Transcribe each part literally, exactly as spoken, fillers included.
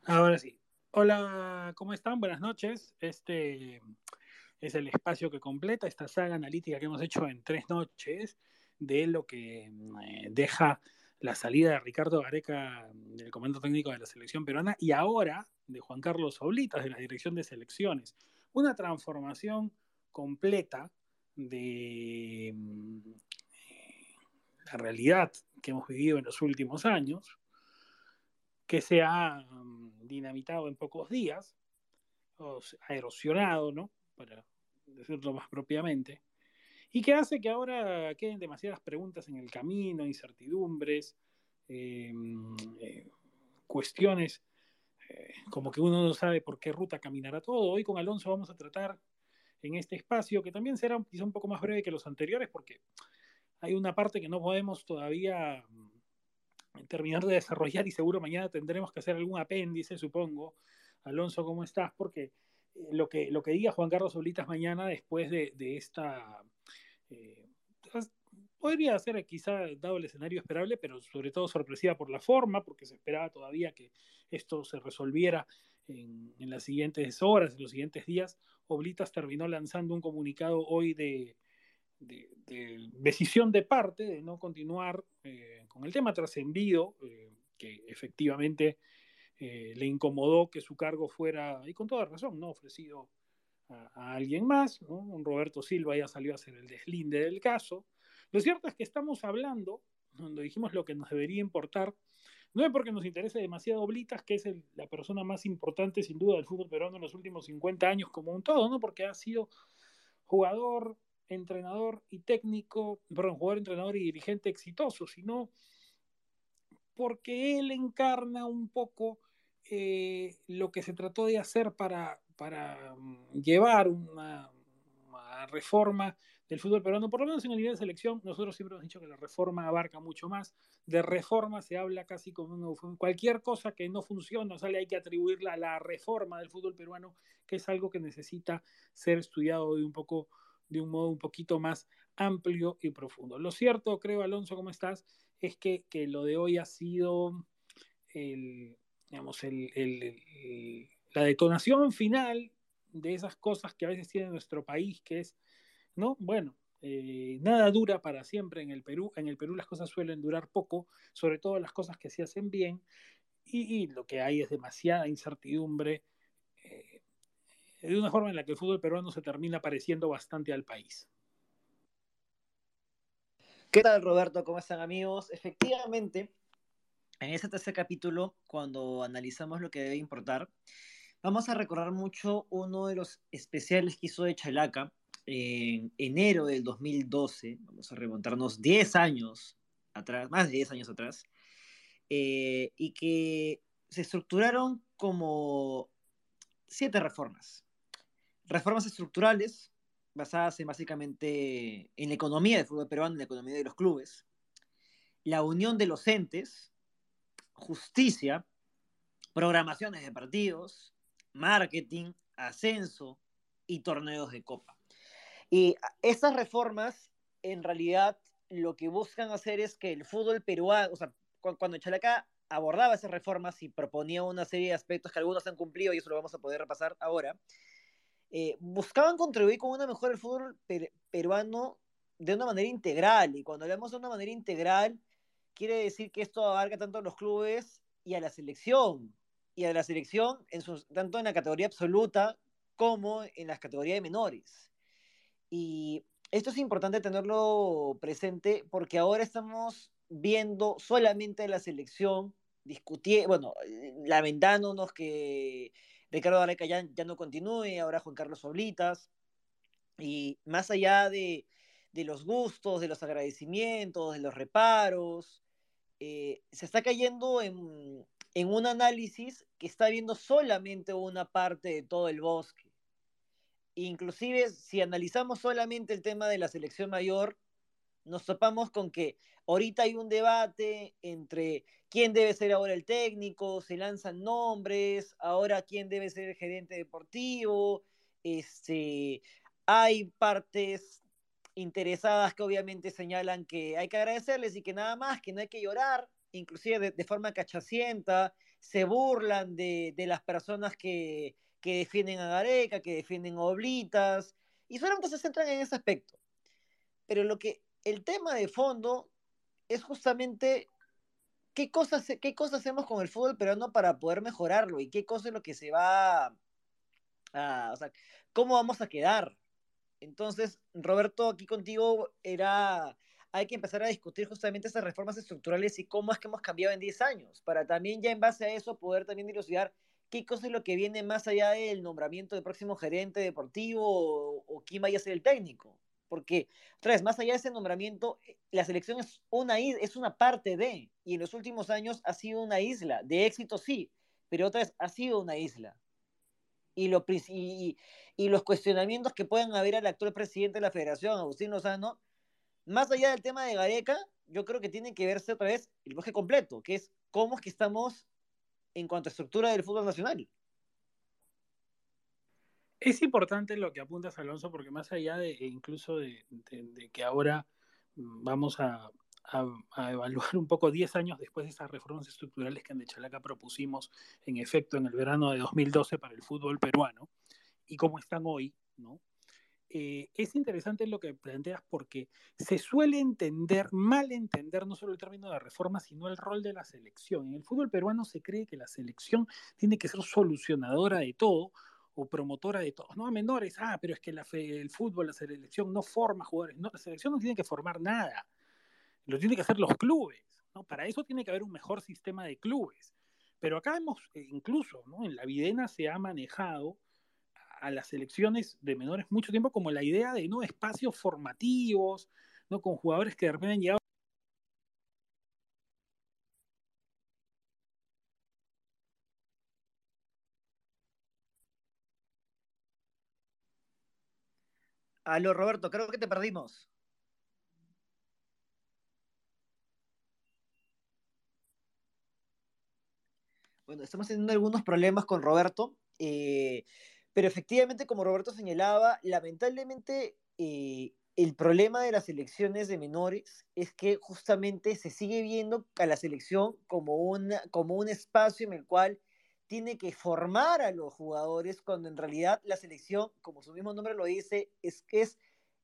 Ahora sí. Hola, ¿cómo están? Buenas noches. Este es el espacio que completa esta saga analítica que hemos hecho en tres noches de lo que eh, deja la salida de Ricardo Gareca del comando técnico de la selección peruana y ahora de Juan Carlos Oblitas de la dirección de selecciones. Una transformación completa de mm, la realidad que hemos vivido en los últimos años, que se ha mm, dinamitado en pocos días o ha erosionado, ¿no? Para decirlo más propiamente, y que hace que ahora queden demasiadas preguntas en el camino, incertidumbres, eh, eh, cuestiones eh, como que uno no sabe por qué ruta caminará todo. Hoy con Alonso vamos a tratar en este espacio, que también será quizá un poco más breve que los anteriores, porque hay una parte que no podemos todavía mm, terminar de desarrollar y seguro mañana tendremos que hacer algún apéndice, supongo. Alonso, ¿cómo estás? Porque eh, lo, que, lo que diga Juan Carlos Oblitas mañana después de, de esta... Eh, podría ser quizá dado el escenario esperable, pero sobre todo sorpresiva por la forma, porque se esperaba todavía que esto se resolviera en, en las siguientes horas, en los siguientes días. Oblitas terminó lanzando un comunicado hoy de, de, de decisión de parte de no continuar eh, con el tema trascendido, eh, que efectivamente eh, le incomodó que su cargo fuera, y con toda razón, ¿no? ofrecido a, a alguien más, ¿no? Un Roberto Silva ya salió a hacer el deslinde del caso. Lo cierto es que estamos hablando, cuando dijimos lo que nos debería importar, no es porque nos interese demasiado Oblitas, que es el, la persona más importante sin duda del fútbol peruano en los últimos cincuenta años como un todo, ¿no? Porque ha sido jugador, entrenador y técnico, perdón, jugador, entrenador y dirigente exitoso, sino porque él encarna un poco eh, lo que se trató de hacer para, para mm, llevar una, una reforma del fútbol peruano, por lo menos en el nivel de selección. Nosotros siempre hemos dicho que la reforma abarca mucho más. De reforma se habla casi como un, cualquier cosa que no funciona, sale, hay que atribuirla a la reforma del fútbol peruano, que es algo que necesita ser estudiado de un poco de un modo un poquito más amplio y profundo. Lo cierto, creo, Alonso, ¿cómo estás? Es que, que lo de hoy ha sido el, digamos, el, el, el, la detonación final de esas cosas que a veces tiene nuestro país, que es, ¿no? Bueno, eh, nada dura para siempre en el Perú. En el Perú las cosas suelen durar poco, sobre todo las cosas que se hacen bien, y, y lo que hay es demasiada incertidumbre, eh, de una forma en la que el fútbol peruano se termina pareciendo bastante al país. ¿Qué tal, Roberto? ¿Cómo están, amigos? Efectivamente, en este tercer capítulo, cuando analizamos lo que debe importar, vamos a recordar mucho uno de los especiales que hizo de Chalaca en enero del dos mil doce. Vamos a remontarnos diez años atrás, más de diez años atrás, eh, y que se estructuraron como siete reformas. Reformas estructurales basadas en básicamente en la economía del fútbol peruano, en la economía de los clubes, la unión de los entes, justicia, programaciones de partidos, marketing, ascenso y torneos de copa. Y estas reformas, en realidad, lo que buscan hacer es que el fútbol peruano, o sea, cuando Chalaca abordaba esas reformas y proponía una serie de aspectos que algunos han cumplido, y eso lo vamos a poder repasar ahora, eh, buscaban contribuir con una mejora del fútbol per peruano de una manera integral. Y cuando hablamos de una manera integral, quiere decir que esto abarca tanto a los clubes y a la selección. Y a la selección en sus, tanto en la categoría absoluta como en las categorías de menores. Y esto es importante tenerlo presente porque ahora estamos viendo solamente la selección, discutiendo, bueno, lamentándonos que Ricardo Areca ya, ya no continúe, ahora Juan Carlos Oblitas, y más allá de, de los gustos, de los agradecimientos, de los reparos, eh, se está cayendo en, en un análisis que está viendo solamente una parte de todo el bosque. Inclusive, si analizamos solamente el tema de la selección mayor, nos topamos con que ahorita hay un debate entre quién debe ser ahora el técnico, se lanzan nombres, ahora quién debe ser el gerente deportivo, este, hay partes interesadas que obviamente señalan que hay que agradecerles y que nada más, que no hay que llorar, inclusive de, de forma cachacienta, se burlan de, de las personas que, que defienden a Gareca, que defienden a Oblitas, y solamente se centran en ese aspecto. Pero lo que, el tema de fondo es justamente qué cosas, qué cosas hacemos con el fútbol peruano para poder mejorarlo y qué cosa es lo que se va a, o sea, cómo vamos a quedar. Entonces, Roberto, aquí contigo era, hay que empezar a discutir justamente esas reformas estructurales y cómo es que hemos cambiado en diez años, para también ya en base a eso poder también dilucidar qué cosa es lo que viene más allá del nombramiento del próximo gerente deportivo o, o quién vaya a ser el técnico. Porque, otra vez, más allá de ese nombramiento, la selección es una, es una parte de, y en los últimos años ha sido una isla, de éxito sí, pero otra vez ha sido una isla y, lo, y, y, los cuestionamientos que puedan haber al actual presidente de la federación, Agustín Lozano, más allá del tema de Gareca, yo creo que tiene que verse otra vez el bloque completo, que es cómo es que estamos en cuanto a estructura del fútbol nacional. Es importante lo que apuntas, Alonso, porque más allá de incluso de, de, de que ahora vamos a, a, a, evaluar un poco diez años después de esas reformas estructurales que en De Chalaca propusimos en efecto en el verano de dos mil doce para el fútbol peruano y cómo están hoy, ¿no? Eh, es interesante lo que planteas porque se suele entender, mal entender no solo el término de reforma, sino el rol de la selección. En el fútbol peruano se cree que la selección tiene que ser solucionadora de todo o promotora de todo. No a menores, ah, pero es que la fe, el fútbol, la selección no forma jugadores. No, la selección no tiene que formar nada, lo tienen que hacer los clubes. ¿No? Para eso tiene que haber un mejor sistema de clubes. Pero acá hemos, eh, incluso, ¿no? En la Videna se ha manejado a las selecciones de menores mucho tiempo como la idea de no espacios formativos, no con jugadores que de repente han llegado. Aló, Roberto, creo que te perdimos. Bueno, estamos teniendo algunos problemas con Roberto, eh, pero efectivamente, como Roberto señalaba, lamentablemente eh, el problema de las elecciones de menores es que justamente se sigue viendo a la selección como, una, como un espacio en el cual tiene que formar a los jugadores, cuando en realidad la selección, como su mismo nombre lo dice, es que es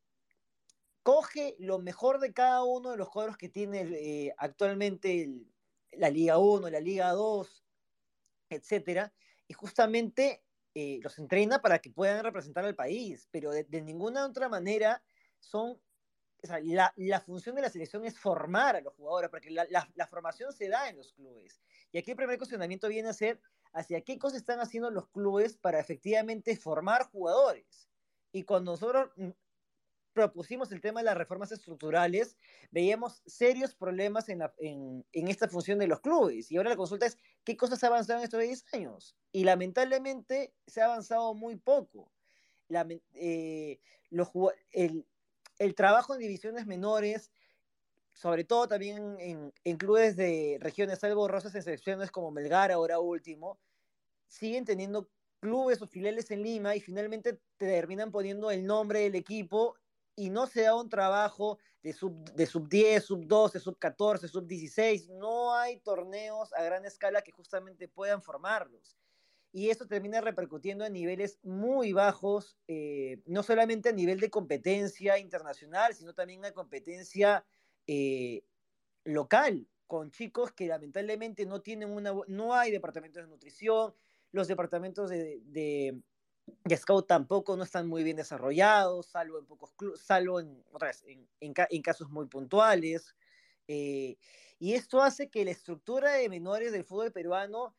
coge lo mejor de cada uno de los cuadros que tiene eh, actualmente el, la Liga uno, la Liga dos, etcétera, y justamente eh, los entrena para que puedan representar al país, pero de, de ninguna otra manera son, o sea, la, la, función de la selección es formar a los jugadores, porque la, la, la, formación se da en los clubes. Y aquí el primer cuestionamiento viene a ser hacia qué cosas están haciendo los clubes para efectivamente formar jugadores. Y cuando nosotros propusimos el tema de las reformas estructurales, veíamos serios problemas en, la, en, en, esta función de los clubes. Y ahora la consulta es, ¿qué cosas ha avanzado en estos diez años? Y lamentablemente se ha avanzado muy poco. La, eh, los, el, el trabajo en divisiones menores, sobre todo también en, en clubes de regiones, salvo rosas excepciones como Melgar ahora último, siguen teniendo clubes o filiales en Lima y finalmente te terminan poniendo el nombre del equipo y no se da un trabajo de sub, de sub diez, sub doce, sub catorce, sub dieciséis. No hay torneos a gran escala que justamente puedan formarlos. Y eso termina repercutiendo en niveles muy bajos, eh, no solamente a nivel de competencia internacional, sino también a competencia eh, local, con chicos que lamentablemente no tienen una, no hay departamentos de nutrición, los departamentos de, de, de scout tampoco no están muy bien desarrollados, salvo en pocos clubes, salvo en, otra vez, en, en, en casos muy puntuales. Eh, y esto hace que la estructura de menores del fútbol peruano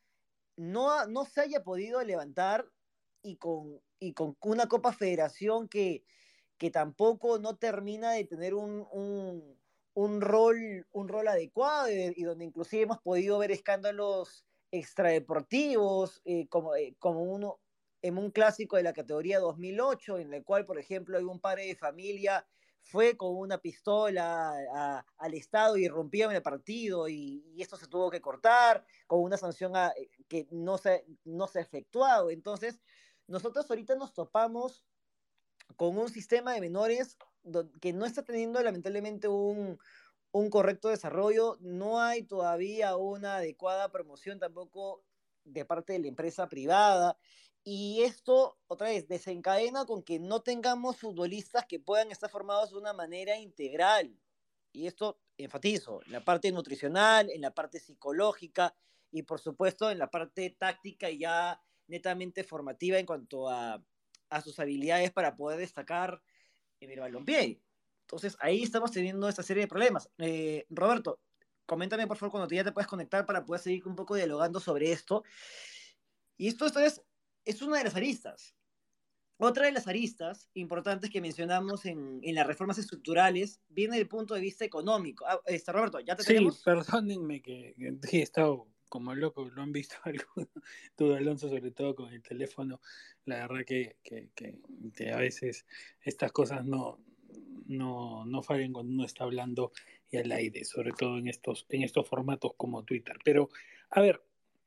no, no se haya podido levantar y con, y con una Copa Federación que, que tampoco no termina de tener un, un, un, rol, un rol adecuado y, y, donde inclusive hemos podido ver escándalos extradeportivos eh, como, eh, como uno en un clásico de la categoría dos mil ocho en el cual, por ejemplo, hay un padre de familia fue con una pistola a, al Estado y irrumpieron en el partido y, y, esto se tuvo que cortar con una sanción a, que no se, no se ha efectuado. Entonces, nosotros ahorita nos topamos con un sistema de menores que no está teniendo lamentablemente un, un correcto desarrollo, no hay todavía una adecuada promoción tampoco de parte de la empresa privada. Y esto, otra vez, desencadena con que no tengamos futbolistas que puedan estar formados de una manera integral. Y esto, enfatizo, en la parte nutricional, en la parte psicológica y, por supuesto, en la parte táctica y ya netamente formativa en cuanto a, a sus habilidades para poder destacar en el balompié. Entonces, ahí estamos teniendo esta serie de problemas. Eh, Roberto, coméntame por favor cuando ya te puedes conectar para poder seguir un poco dialogando sobre esto. Y esto, esto es, es una de las aristas. Otra de las aristas importantes que mencionamos en, en las reformas estructurales viene del punto de vista económico. Ah, este, Roberto, ¿ya te Sí, tenemos? perdónenme que, que sí, he estado como loco, lo han visto algunos, tú Alonso sobre todo con el teléfono, la verdad que, que, que, que a veces estas cosas no, no, no fallan cuando uno está hablando y al aire, sobre todo en estos, en estos formatos como Twitter. Pero, a ver,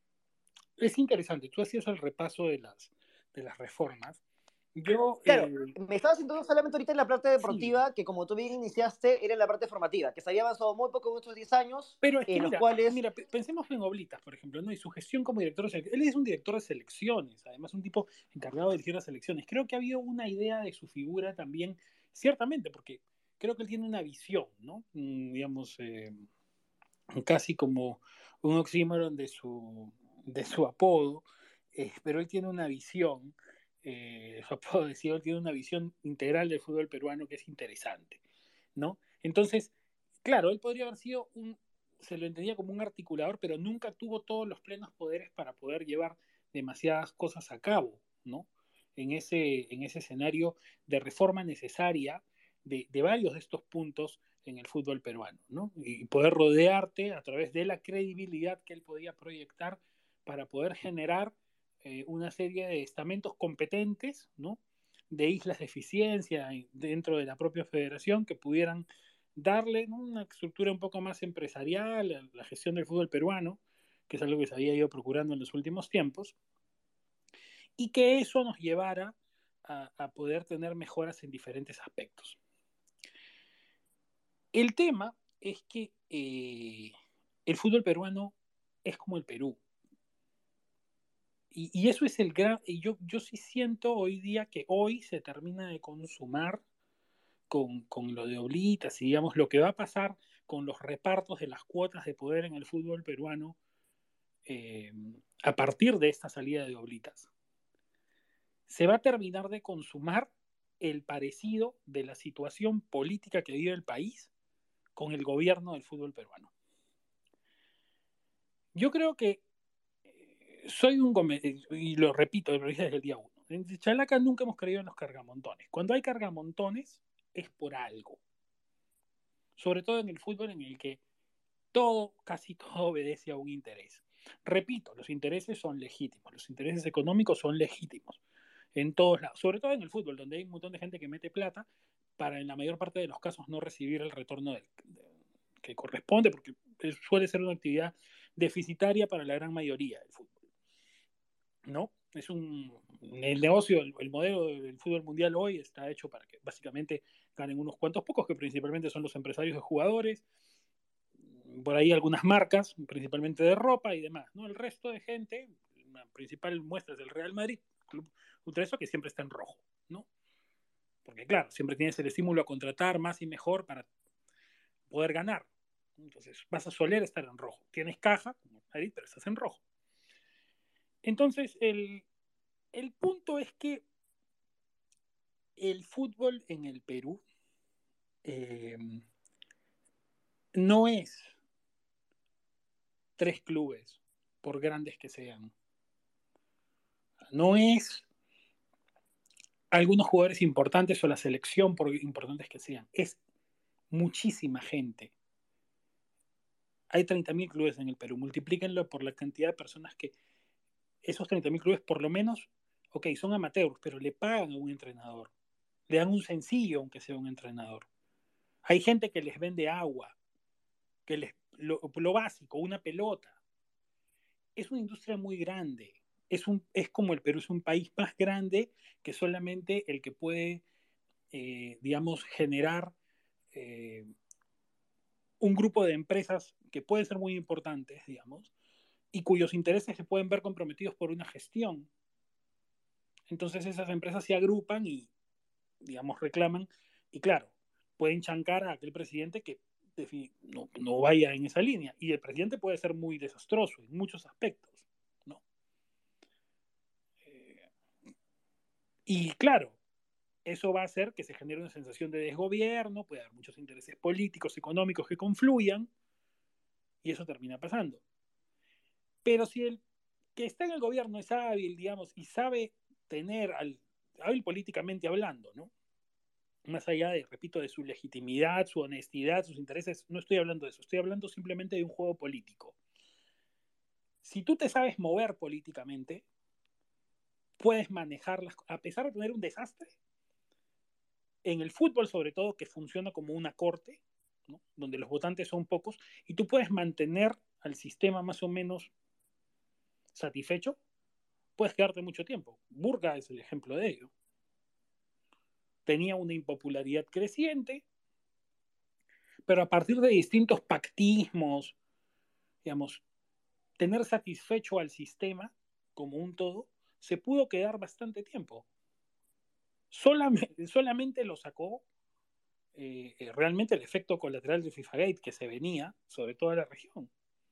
es interesante, tú hacías el repaso de las, de las reformas. Yo, Claro, eh, me estaba sintiendo solamente ahorita en la parte sí, deportiva, que como tú bien iniciaste, era en la parte formativa, que se había avanzado muy poco en estos diez años, pero es que en los mira, cuales mira, pensemos en Oblitas, por ejemplo, ¿no? Y su gestión como director de selecciones. Él es un director de selecciones, además un tipo encargado de dirigir las selecciones. Creo que ha habido una idea de su figura también, ciertamente, porque creo que él tiene una visión, ¿no? Mm, digamos, eh, casi como un oxímoron de su, de su apodo, eh, pero él tiene una visión, eh, su apodo decía, él tiene una visión integral del fútbol peruano que es interesante, ¿no? Entonces, claro, él podría haber sido un, se lo entendía como un articulador, pero nunca tuvo todos los plenos poderes para poder llevar demasiadas cosas a cabo, ¿no? En ese, en ese escenario de reforma necesaria de, de varios de estos puntos en el fútbol peruano, ¿no? Y poder rodearte a través de la credibilidad que él podía proyectar para poder generar eh, una serie de estamentos competentes, ¿no? De islas de eficiencia dentro de la propia federación que pudieran darle, ¿no? Una estructura un poco más empresarial a la gestión del fútbol peruano, que es algo que se había ido procurando en los últimos tiempos, y que eso nos llevara a, a poder tener mejoras en diferentes aspectos. El tema es que eh, el fútbol peruano es como el Perú. Y, y eso es el gran... Y yo, yo sí siento hoy día que hoy se termina de consumar con, con lo de Oblitas y digamos lo que va a pasar con los repartos de las cuotas de poder en el fútbol peruano eh, a partir de esta salida de Oblitas. Se va a terminar de consumar el parecido de la situación política que vive el país con el gobierno del fútbol peruano. Yo creo que eh, soy un y lo repito, lo dije desde el día uno. En Chalaca nunca hemos creído en los cargamontones. Cuando hay cargamontones es por algo. Sobre todo en el fútbol en el que todo, casi todo obedece a un interés. Repito, los intereses son legítimos, los intereses económicos son legítimos en todos lados, sobre todo en el fútbol, donde hay un montón de gente que mete plata para en la mayor parte de los casos no recibir el retorno del, de, que corresponde, porque suele ser una actividad deficitaria para la gran mayoría del fútbol, ¿no? Es un, el negocio, el, el modelo del fútbol mundial hoy está hecho para que básicamente ganen unos cuantos pocos, que principalmente son los empresarios de jugadores, por ahí algunas marcas, principalmente de ropa y demás, ¿no? El resto de gente, la principal muestra es el Real Madrid, club ultraso que siempre está en rojo, ¿no? Porque claro, siempre tienes el estímulo a contratar más y mejor para poder ganar. Entonces vas a soler estar en rojo. Tienes caja, como Madrid, pero estás en rojo. Entonces, el, el punto es que el fútbol en el Perú eh, no es tres clubes, por grandes que sean. No es algunos jugadores importantes o la selección, por importantes que sean. Es muchísima gente. Hay treinta mil clubes en el Perú. Multiplíquenlo por la cantidad de personas que esos treinta mil clubes, por lo menos, ok, son amateurs, pero le pagan a un entrenador. Le dan un sencillo, aunque sea un entrenador. Hay gente que les vende agua, que les, lo, lo básico, una pelota. Es una industria muy grande. Es, un, es como el Perú, es un país más grande que solamente el que puede, eh, digamos, generar eh, un grupo de empresas que pueden ser muy importantes, digamos, y cuyos intereses se pueden ver comprometidos por una gestión. Entonces esas empresas se agrupan y, digamos, reclaman, y claro, pueden chancar a aquel presidente que no, no vaya en esa línea. Y el presidente puede ser muy desastroso en muchos aspectos, ¿no? Eh, y claro, eso va a hacer que se genere una sensación de desgobierno, puede haber muchos intereses políticos, económicos que confluyan, y eso termina pasando. Pero si el que está en el gobierno es hábil, digamos, y sabe tener, al, hábil políticamente hablando, ¿no? Más allá de, repito, de su legitimidad, su honestidad, sus intereses, no estoy hablando de eso, estoy hablando simplemente de un juego político. Si tú te sabes mover políticamente, puedes manejarlas, a pesar de tener un desastre, en el fútbol sobre todo, que funciona como una corte, ¿no? Donde los votantes son pocos, y tú puedes mantener al sistema más o menos satisfecho, puedes quedarte mucho tiempo. Burga es el ejemplo de ello. Tenía una impopularidad creciente, pero a partir de distintos pactismos, digamos, tener satisfecho al sistema como un todo, se pudo quedar bastante tiempo. Solamente, solamente lo sacó eh, realmente el efecto colateral de FIFAgate que se venía sobre toda la región.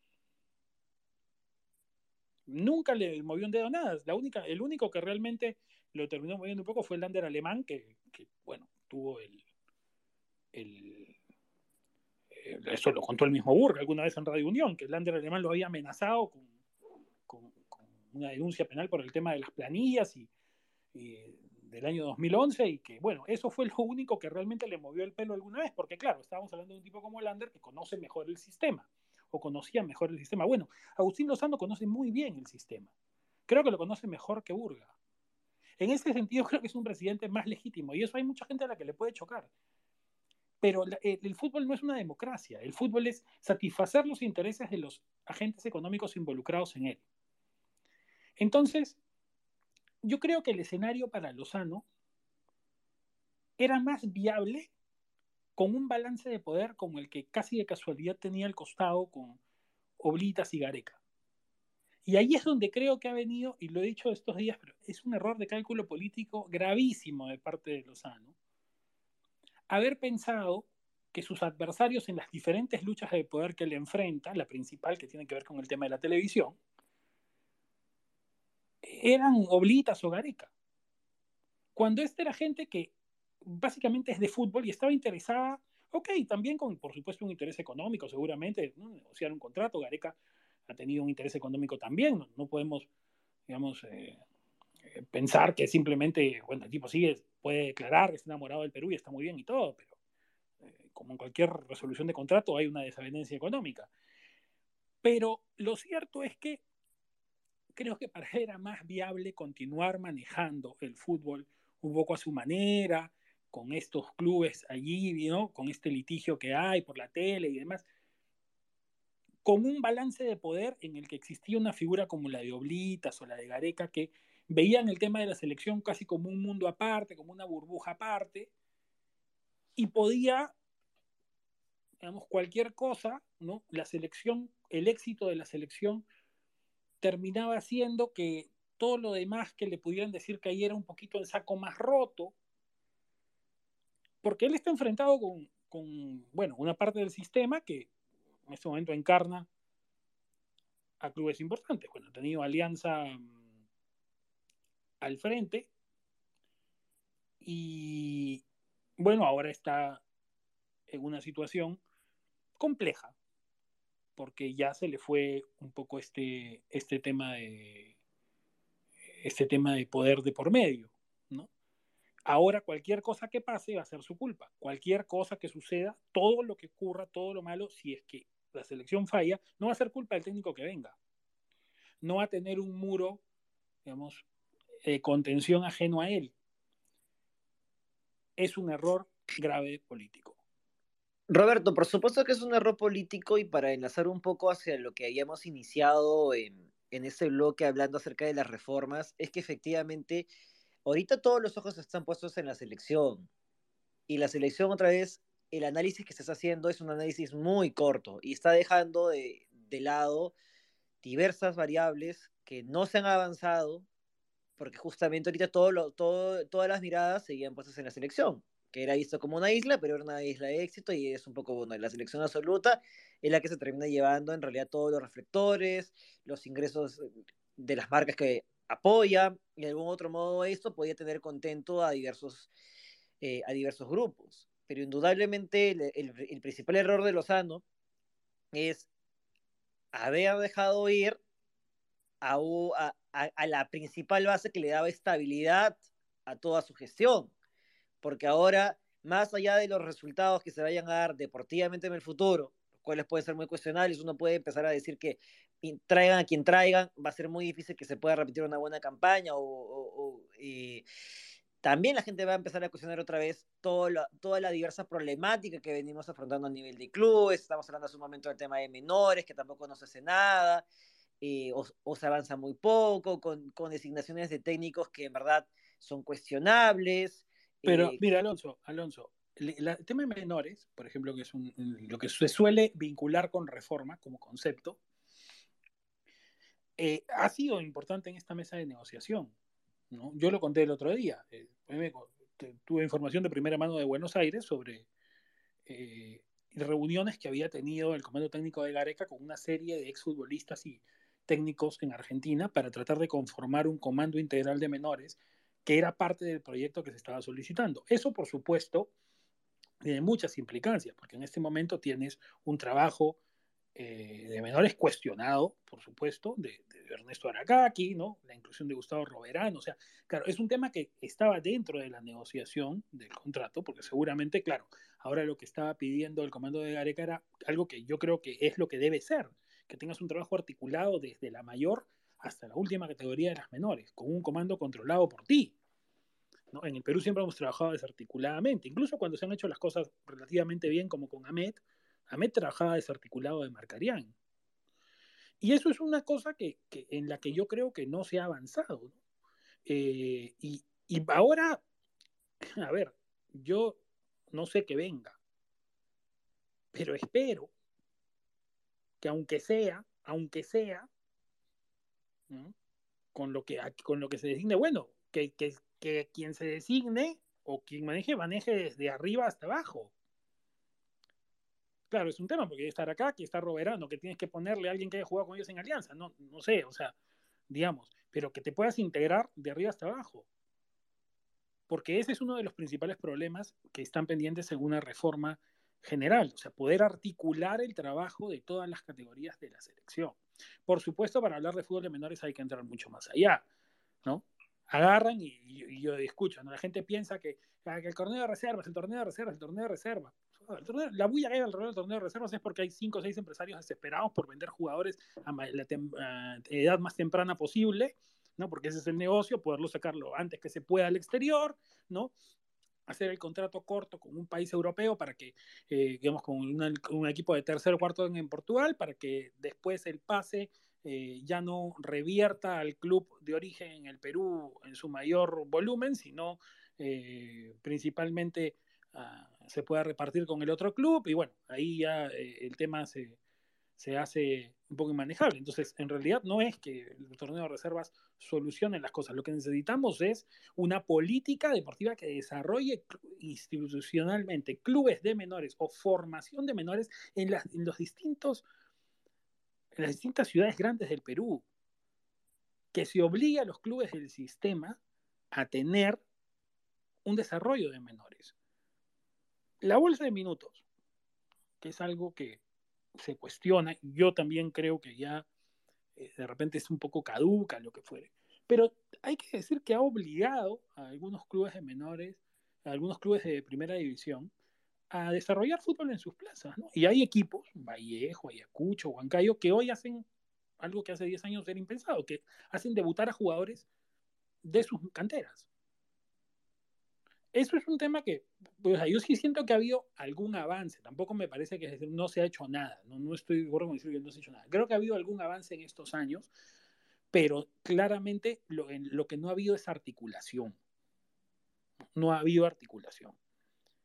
Nunca le movió un dedo nada. La única, el único que realmente lo terminó moviendo un poco fue el Lander alemán, que, que bueno, tuvo el, el eh, eso lo contó el mismo Burg alguna vez en Radio Unión, que el Lander alemán lo había amenazado con, con, con una denuncia penal por el tema de las planillas y, y del año dos mil once, y que, bueno, eso fue lo único que realmente le movió el pelo alguna vez, porque claro, estábamos hablando de un tipo como Lander que conoce mejor el sistema, o conocía mejor el sistema. Bueno, Agustín Lozano conoce muy bien el sistema. Creo que lo conoce mejor que Burga. En ese sentido, creo que es un presidente más legítimo, y eso hay mucha gente a la que le puede chocar. Pero la, el, el fútbol no es una democracia. El fútbol es satisfacer los intereses de los agentes económicos involucrados en él. Entonces, yo creo que el escenario para Lozano era más viable con un balance de poder como el que casi de casualidad tenía al costado con Oblitas y Gareca. Y ahí es donde creo que ha venido, y lo he dicho estos días, pero es un error de cálculo político gravísimo de parte de Lozano, haber pensado que sus adversarios en las diferentes luchas de poder que le enfrenta, la principal que tiene que ver con el tema de la televisión, eran Oblitas o Gareca. Cuando esta era gente que básicamente es de fútbol y estaba interesada, ok, también con, por supuesto, un interés económico, seguramente, ¿no? Negociar un contrato. Gareca ha tenido un interés económico también, no, no podemos, digamos, eh, eh, pensar que simplemente, bueno, el tipo sigue, puede declarar que está enamorado del Perú y está muy bien y todo, pero eh, como en cualquier resolución de contrato hay una desavenencia económica. Pero lo cierto es que creo que para él era más viable continuar manejando el fútbol un poco a su manera, con estos clubes allí, ¿no? Con este litigio que hay por la tele y demás, con un balance de poder en el que existía una figura como la de Oblitas o la de Gareca, que veían el tema de la selección casi como un mundo aparte, como una burbuja aparte, y podía, digamos, cualquier cosa, ¿no? La selección, el éxito de la selección terminaba siendo que todo lo demás que le pudieran decir que ahí era un poquito el saco más roto, porque él está enfrentado con, con, bueno, una parte del sistema que en este momento encarna a clubes importantes. Bueno, ha tenido Alianza um, al frente y, bueno, ahora está en una situación compleja, porque ya se le fue un poco este, este tema de este tema de poder de por medio, ¿no? Ahora cualquier cosa que pase va a ser su culpa. Cualquier cosa que suceda, todo lo que ocurra, todo lo malo, si es que la selección falla, no va a ser culpa del técnico que venga. No va a tener un muro, digamos, de contención ajeno a él. Es un error grave político. Roberto, por supuesto que es un error político, y para enlazar un poco hacia lo que habíamos iniciado en, en este bloque hablando acerca de las reformas, es que efectivamente ahorita todos los ojos están puestos en la selección, y la selección otra vez el análisis que se está haciendo es un análisis muy corto y está dejando de, de lado diversas variables que no se han avanzado, porque justamente ahorita todo lo, todo, todas las miradas seguían puestas en la selección, que era visto como una isla, pero era una isla de éxito y es un poco, bueno, la selección absoluta es la que se termina llevando en realidad todos los reflectores, los ingresos de las marcas que apoyan, y de algún otro modo esto podía tener contento a diversos, eh, a diversos grupos. Pero indudablemente el, el, el principal error de Lozano es haber dejado ir a, a, a, la principal base que le daba estabilidad a toda su gestión. Porque ahora, más allá de los resultados que se vayan a dar deportivamente en el futuro, los cuales pueden ser muy cuestionables, uno puede empezar a decir que traigan a quien traigan, va a ser muy difícil que se pueda repetir una buena campaña o, o, o eh, también la gente va a empezar a cuestionar otra vez todo la, toda la diversa problemática que venimos afrontando a nivel de clubes. Estamos hablando hace un momento del tema de menores, que tampoco no se hace nada, eh, o, o, se avanza muy poco, con, con designaciones de técnicos que en verdad son cuestionables. Pero Eh, mira, Alonso, Alonso, el, el tema de menores, por ejemplo, que es un, lo que se suele vincular con reforma como concepto, eh, ha sido importante en esta mesa de negociación, ¿no? Yo lo conté el otro día. Eh, me, tuve información de primera mano de Buenos Aires sobre eh, reuniones que había tenido el Comando Técnico de Gareca con una serie de exfutbolistas y técnicos en Argentina para tratar de conformar un comando integral de menores que era parte del proyecto que se estaba solicitando. Eso, por supuesto, tiene muchas implicancias, porque en este momento tienes un trabajo eh, de menores cuestionado, por supuesto, de, de Ernesto Aracaki, ¿no? La inclusión de Gustavo Roverán, o sea, claro, es un tema que estaba dentro de la negociación del contrato, porque seguramente, claro, ahora lo que estaba pidiendo el comando de Gareca era algo que yo creo que es lo que debe ser, que tengas un trabajo articulado desde la mayor hasta la última categoría de las menores, con un comando controlado por ti, ¿no? En el Perú siempre hemos trabajado desarticuladamente, incluso cuando se han hecho las cosas relativamente bien, como con Ahmed. Ahmed trabajaba desarticulado de Marcarián. Y eso es una cosa que, que, en la que yo creo que no se ha avanzado, ¿no? Eh, y, y ahora, a ver, yo no sé que venga, pero espero que aunque sea, aunque sea, ¿no? con, lo que, con lo que se designe, bueno, que, que, que quien se designe o quien maneje, maneje desde arriba hasta abajo. Claro, es un tema, porque estar acá, que está Roberano, que tienes que ponerle a alguien que haya jugado con ellos en Alianza, no, no sé, o sea, digamos, pero que te puedas integrar de arriba hasta abajo, porque ese es uno de los principales problemas que están pendientes en una reforma general, o sea, poder articular el trabajo de todas las categorías de la selección. Por supuesto, para hablar de fútbol de menores hay que entrar mucho más allá, ¿no? Agarran y, y, y yo escucho, ¿no? La gente piensa que, que el torneo de reservas, el torneo de reservas, el torneo de reservas. El torneo, la bulla que hay alrededor del torneo de reservas es porque hay cinco o seis empresarios desesperados por vender jugadores a la tem, a edad más temprana posible, ¿no? Porque ese es el negocio, poderlo sacarlo antes que se pueda al exterior, ¿no? Hacer el contrato corto con un país europeo para que, eh, digamos, con una, un equipo de tercero o cuarto en, en Portugal, para que después el pase eh, ya no revierta al club de origen en el Perú en su mayor volumen, sino eh, principalmente uh, se pueda repartir con el otro club. Y bueno, ahí ya eh, el tema se, se hace un poco inmanejable. Entonces, en realidad no es que el torneo de reservas solucione las cosas. Lo que necesitamos es una política deportiva que desarrolle institucionalmente clubes de menores o formación de menores en, las, en los distintos, en las distintas ciudades grandes del Perú, que se obligue a los clubes del sistema a tener un desarrollo de menores. La bolsa de minutos, que es algo que se cuestiona, yo también creo que ya eh, de repente es un poco caduca, lo que fuere. Pero hay que decir que ha obligado a algunos clubes de menores, a algunos clubes de primera división, a desarrollar fútbol en sus plazas, ¿no? Y hay equipos, Vallejo, Ayacucho, Huancayo, que hoy hacen algo que hace diez años era impensado, que hacen debutar a jugadores de sus canteras. Eso es un tema que, pues, yo sí siento que ha habido algún avance. Tampoco me parece que no se ha hecho nada. No, no estoy de acuerdo con decir que no se ha hecho nada. Creo que ha habido algún avance en estos años, pero claramente lo, en, lo que no ha habido es articulación. No ha habido articulación.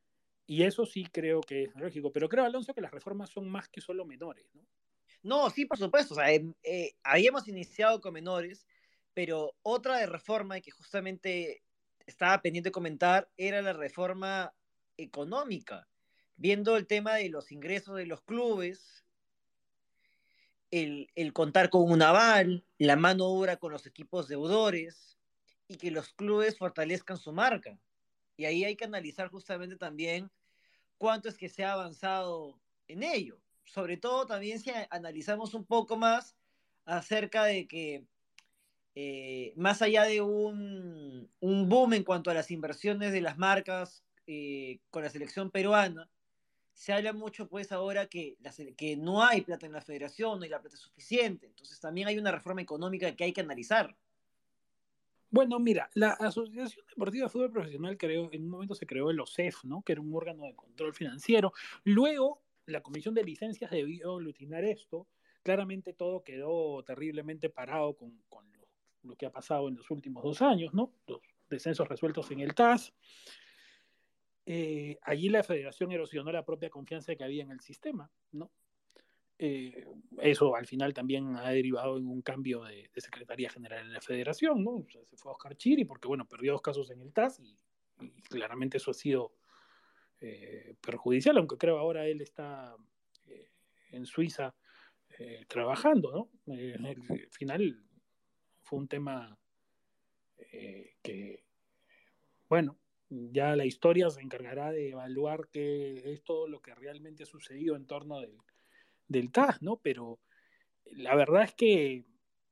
Y eso sí creo que es lógico, pero creo, Alonso, que las reformas son más que solo menores, ¿no? No, sí, por supuesto. O sea, eh, eh, habíamos iniciado con menores, pero otra de reforma y que justamente estaba pendiente de comentar era la reforma económica, viendo el tema de los ingresos de los clubes, el, el contar con un aval, la mano dura con los equipos deudores y que los clubes fortalezcan su marca. Y ahí hay que analizar justamente también cuánto es que se ha avanzado en ello. Sobre todo también si analizamos un poco más acerca de que eh, más allá de un, un, boom en cuanto a las inversiones de las marcas eh, con la selección peruana, se habla mucho pues ahora que, la, que no hay plata en la federación, no hay la plata suficiente, entonces también hay una reforma económica que hay que analizar. Bueno, mira, la Asociación Deportiva de Fútbol Profesional creó, en un momento se creó el O S E F, ¿no? Que era un órgano de control financiero. Luego, la Comisión de Licencias debió aglutinar esto. Claramente todo quedó terriblemente parado con, con lo, lo, que ha pasado en los últimos dos años, ¿no? Los descensos resueltos en el T A S. Eh, allí la federación erosionó la propia confianza que había en el sistema, ¿no? Eh, eso al final también ha derivado en un cambio de, de Secretaría General en la Federación, ¿no? O sea, se fue a Oscar Chiri porque, bueno, perdió dos casos en el T A S y, y claramente eso ha sido eh, perjudicial, aunque creo ahora él está eh, en Suiza eh, trabajando, ¿no? Eh, al final fue un tema eh, que, bueno, ya la historia se encargará de evaluar qué es todo lo que realmente ha sucedido en torno del, del T A S, ¿no? Pero la verdad es que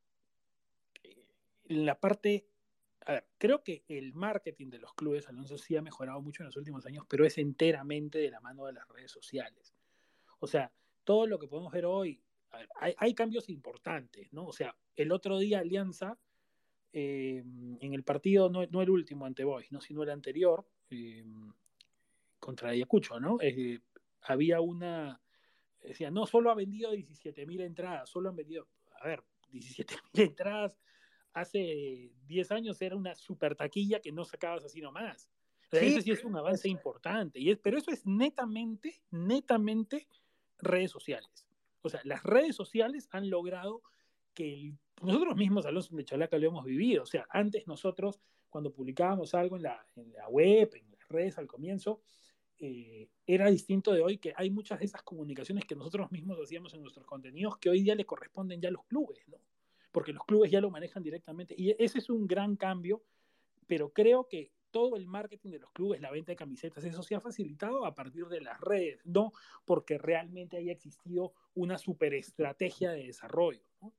en la parte, a ver, creo que el marketing de los clubes, Alonso, sí ha mejorado mucho en los últimos años, pero es enteramente de la mano de las redes sociales. O sea, todo lo que podemos ver hoy, a ver, hay, hay, cambios importantes, ¿no? O sea, el otro día Alianza, eh, en el partido, no, no el último ante Boys, ¿no? Sino el anterior, eh, contra Ayacucho, ¿no? Eh, había una, decía, no, solo ha vendido diecisiete mil entradas, solo han vendido, a ver, diecisiete mil entradas hace diez años era una super taquilla que no sacabas así nomás. O sea, Sí, ese sí es un avance importante, y es, pero eso es netamente, netamente redes sociales. O sea, las redes sociales han logrado que el, nosotros mismos, Alonso de Chalaca, lo hemos vivido. O sea, antes nosotros, cuando publicábamos algo en la, en la web, en las redes al comienzo, eh, era distinto de hoy, que hay muchas de esas comunicaciones que nosotros mismos hacíamos en nuestros contenidos que hoy día le corresponden ya a los clubes, ¿no? Porque los clubes ya lo manejan directamente. Y ese es un gran cambio, pero creo que todo el marketing de los clubes, la venta de camisetas, eso se ha facilitado a partir de las redes, no porque realmente haya existido una superestrategia de desarrollo, ¿no?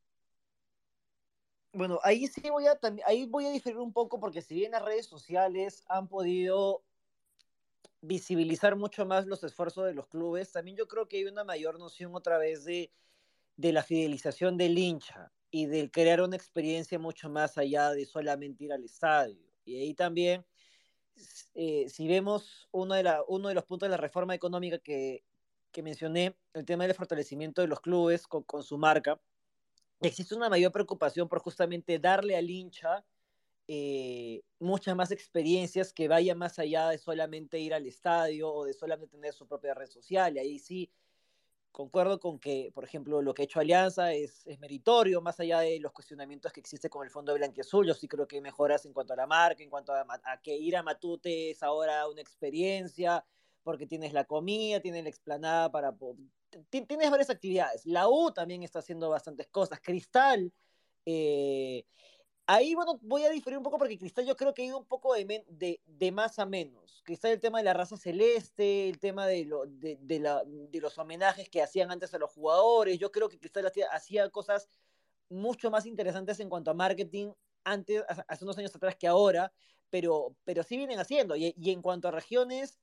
Bueno, ahí sí voy a, ahí voy a diferir un poco porque si bien las redes sociales han podido visibilizar mucho más los esfuerzos de los clubes, también yo creo que hay una mayor noción otra vez de, de la fidelización del hincha y de crear una experiencia mucho más allá de solamente ir al estadio. Y ahí también, eh, si vemos uno de, la, uno de los puntos de la reforma económica que, que mencioné, el tema del fortalecimiento de los clubes con, con su marca, existe una mayor preocupación por justamente darle al hincha eh, muchas más experiencias que vayan más allá de solamente ir al estadio o de solamente tener su propia red social. Y ahí sí concuerdo con que, por ejemplo, lo que ha hecho Alianza es, es meritorio, más allá de los cuestionamientos que existe con el Fondo Blanquiazul. Yo sí creo que hay mejoras en cuanto a la marca, en cuanto a, a que ir a Matute es ahora una experiencia, porque tienes la comida, tienes la explanada para... Tienes varias actividades. La U también está haciendo bastantes cosas. Cristal... Eh, Ahí, bueno, voy a diferir un poco porque Cristal yo creo que ha ido un poco de, men, de, de más a menos. Cristal, el tema de la raza celeste, el tema de, lo, de, de, la, de los homenajes que hacían antes a los jugadores. Yo creo que Cristal hacía, hacía cosas mucho más interesantes en cuanto a marketing antes, hace unos años atrás que ahora, pero, pero sí vienen haciendo. Y, y en cuanto a regiones,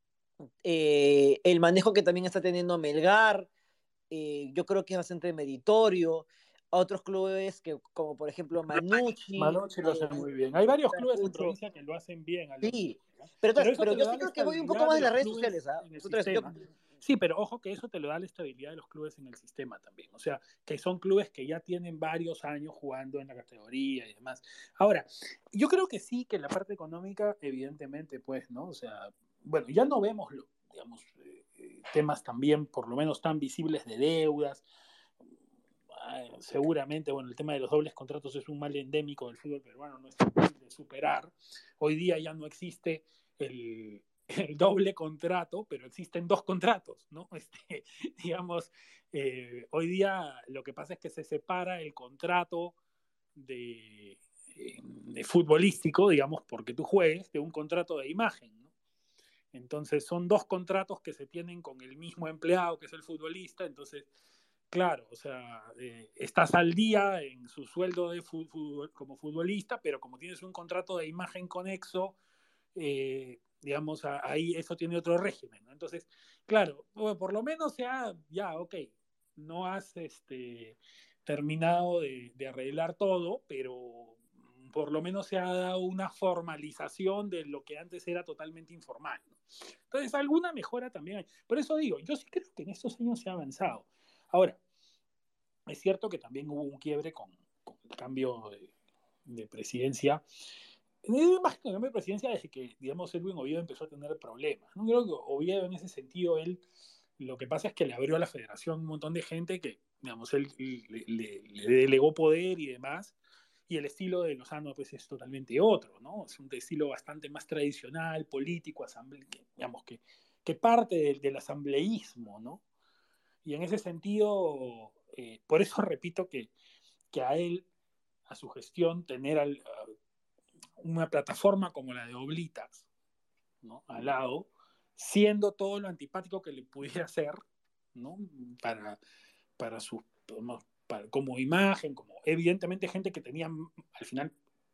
eh, el manejo que también está teniendo Melgar, eh, yo creo que es bastante meritorio. A otros clubes que, como por ejemplo Manucci, Manucci lo eh, hace muy bien. Hay varios clubes en Ayacucho, provincia que lo hacen bien, Alonso. sí. ¿No? Pero, Pero entonces, eso pero te lo yo da sí la creo que voy un poco estabilidad más de de las los redes clubes sociales. ¿Ah? en el Otra vez, yo, sistema. Sí, pero ojo que eso te lo da la estabilidad de los clubes en el sistema también. O sea, que son clubes que ya tienen varios años jugando en la categoría y demás. Ahora, yo creo que sí, que la parte económica, evidentemente, pues, ¿no? O sea, bueno, ya no vemos lo, digamos, eh, temas también por lo menos tan visibles de deudas. Seguramente, bueno, el tema de los dobles contratos es un mal endémico del fútbol peruano, no es fácil de superar. Hoy día ya no existe el, el doble contrato, pero existen dos contratos, ¿no? Este, digamos, eh, hoy día lo que pasa es que se separa el contrato de, eh, de futbolístico, digamos, porque tú juegues, de un contrato de imagen, ¿no? Entonces son dos contratos que se tienen con el mismo empleado, que es el futbolista. Entonces, claro, o sea, eh, estás al día en su sueldo de fútbol, como futbolista, pero como tienes un contrato de imagen conexo, eh, digamos, a, ahí eso tiene otro régimen, ¿no? Entonces, claro, bueno, por lo menos ya, ya, ok, no has este, terminado de, de arreglar todo, pero por lo menos se ha dado una formalización de lo que antes era totalmente informal, ¿no? Entonces, alguna mejora también hay. Por eso digo, yo sí creo que en estos años se ha avanzado. Ahora, es cierto que también hubo un quiebre con, con el cambio de, de presidencia. Más que el cambio de presidencia desde que, digamos, Edwin Oviedo empezó a tener problemas, ¿no? Creo que Oviedo en ese sentido, él, lo que pasa es que le abrió a la federación un montón de gente que, digamos, él le, le, le delegó poder y demás, y el estilo de Lozano pues es totalmente otro, ¿no? Es un estilo bastante más tradicional, político, asamble que, digamos, que, que parte del, del asambleísmo, ¿no? Y en ese sentido, eh, por eso repito que, que a él, a su gestión, tener al, uh, una plataforma como la de Oblitas, ¿no? Al lado, siendo todo lo antipático que le pudiera hacer, ¿no? Para, para su, para, como imagen, como evidentemente gente que tenía al final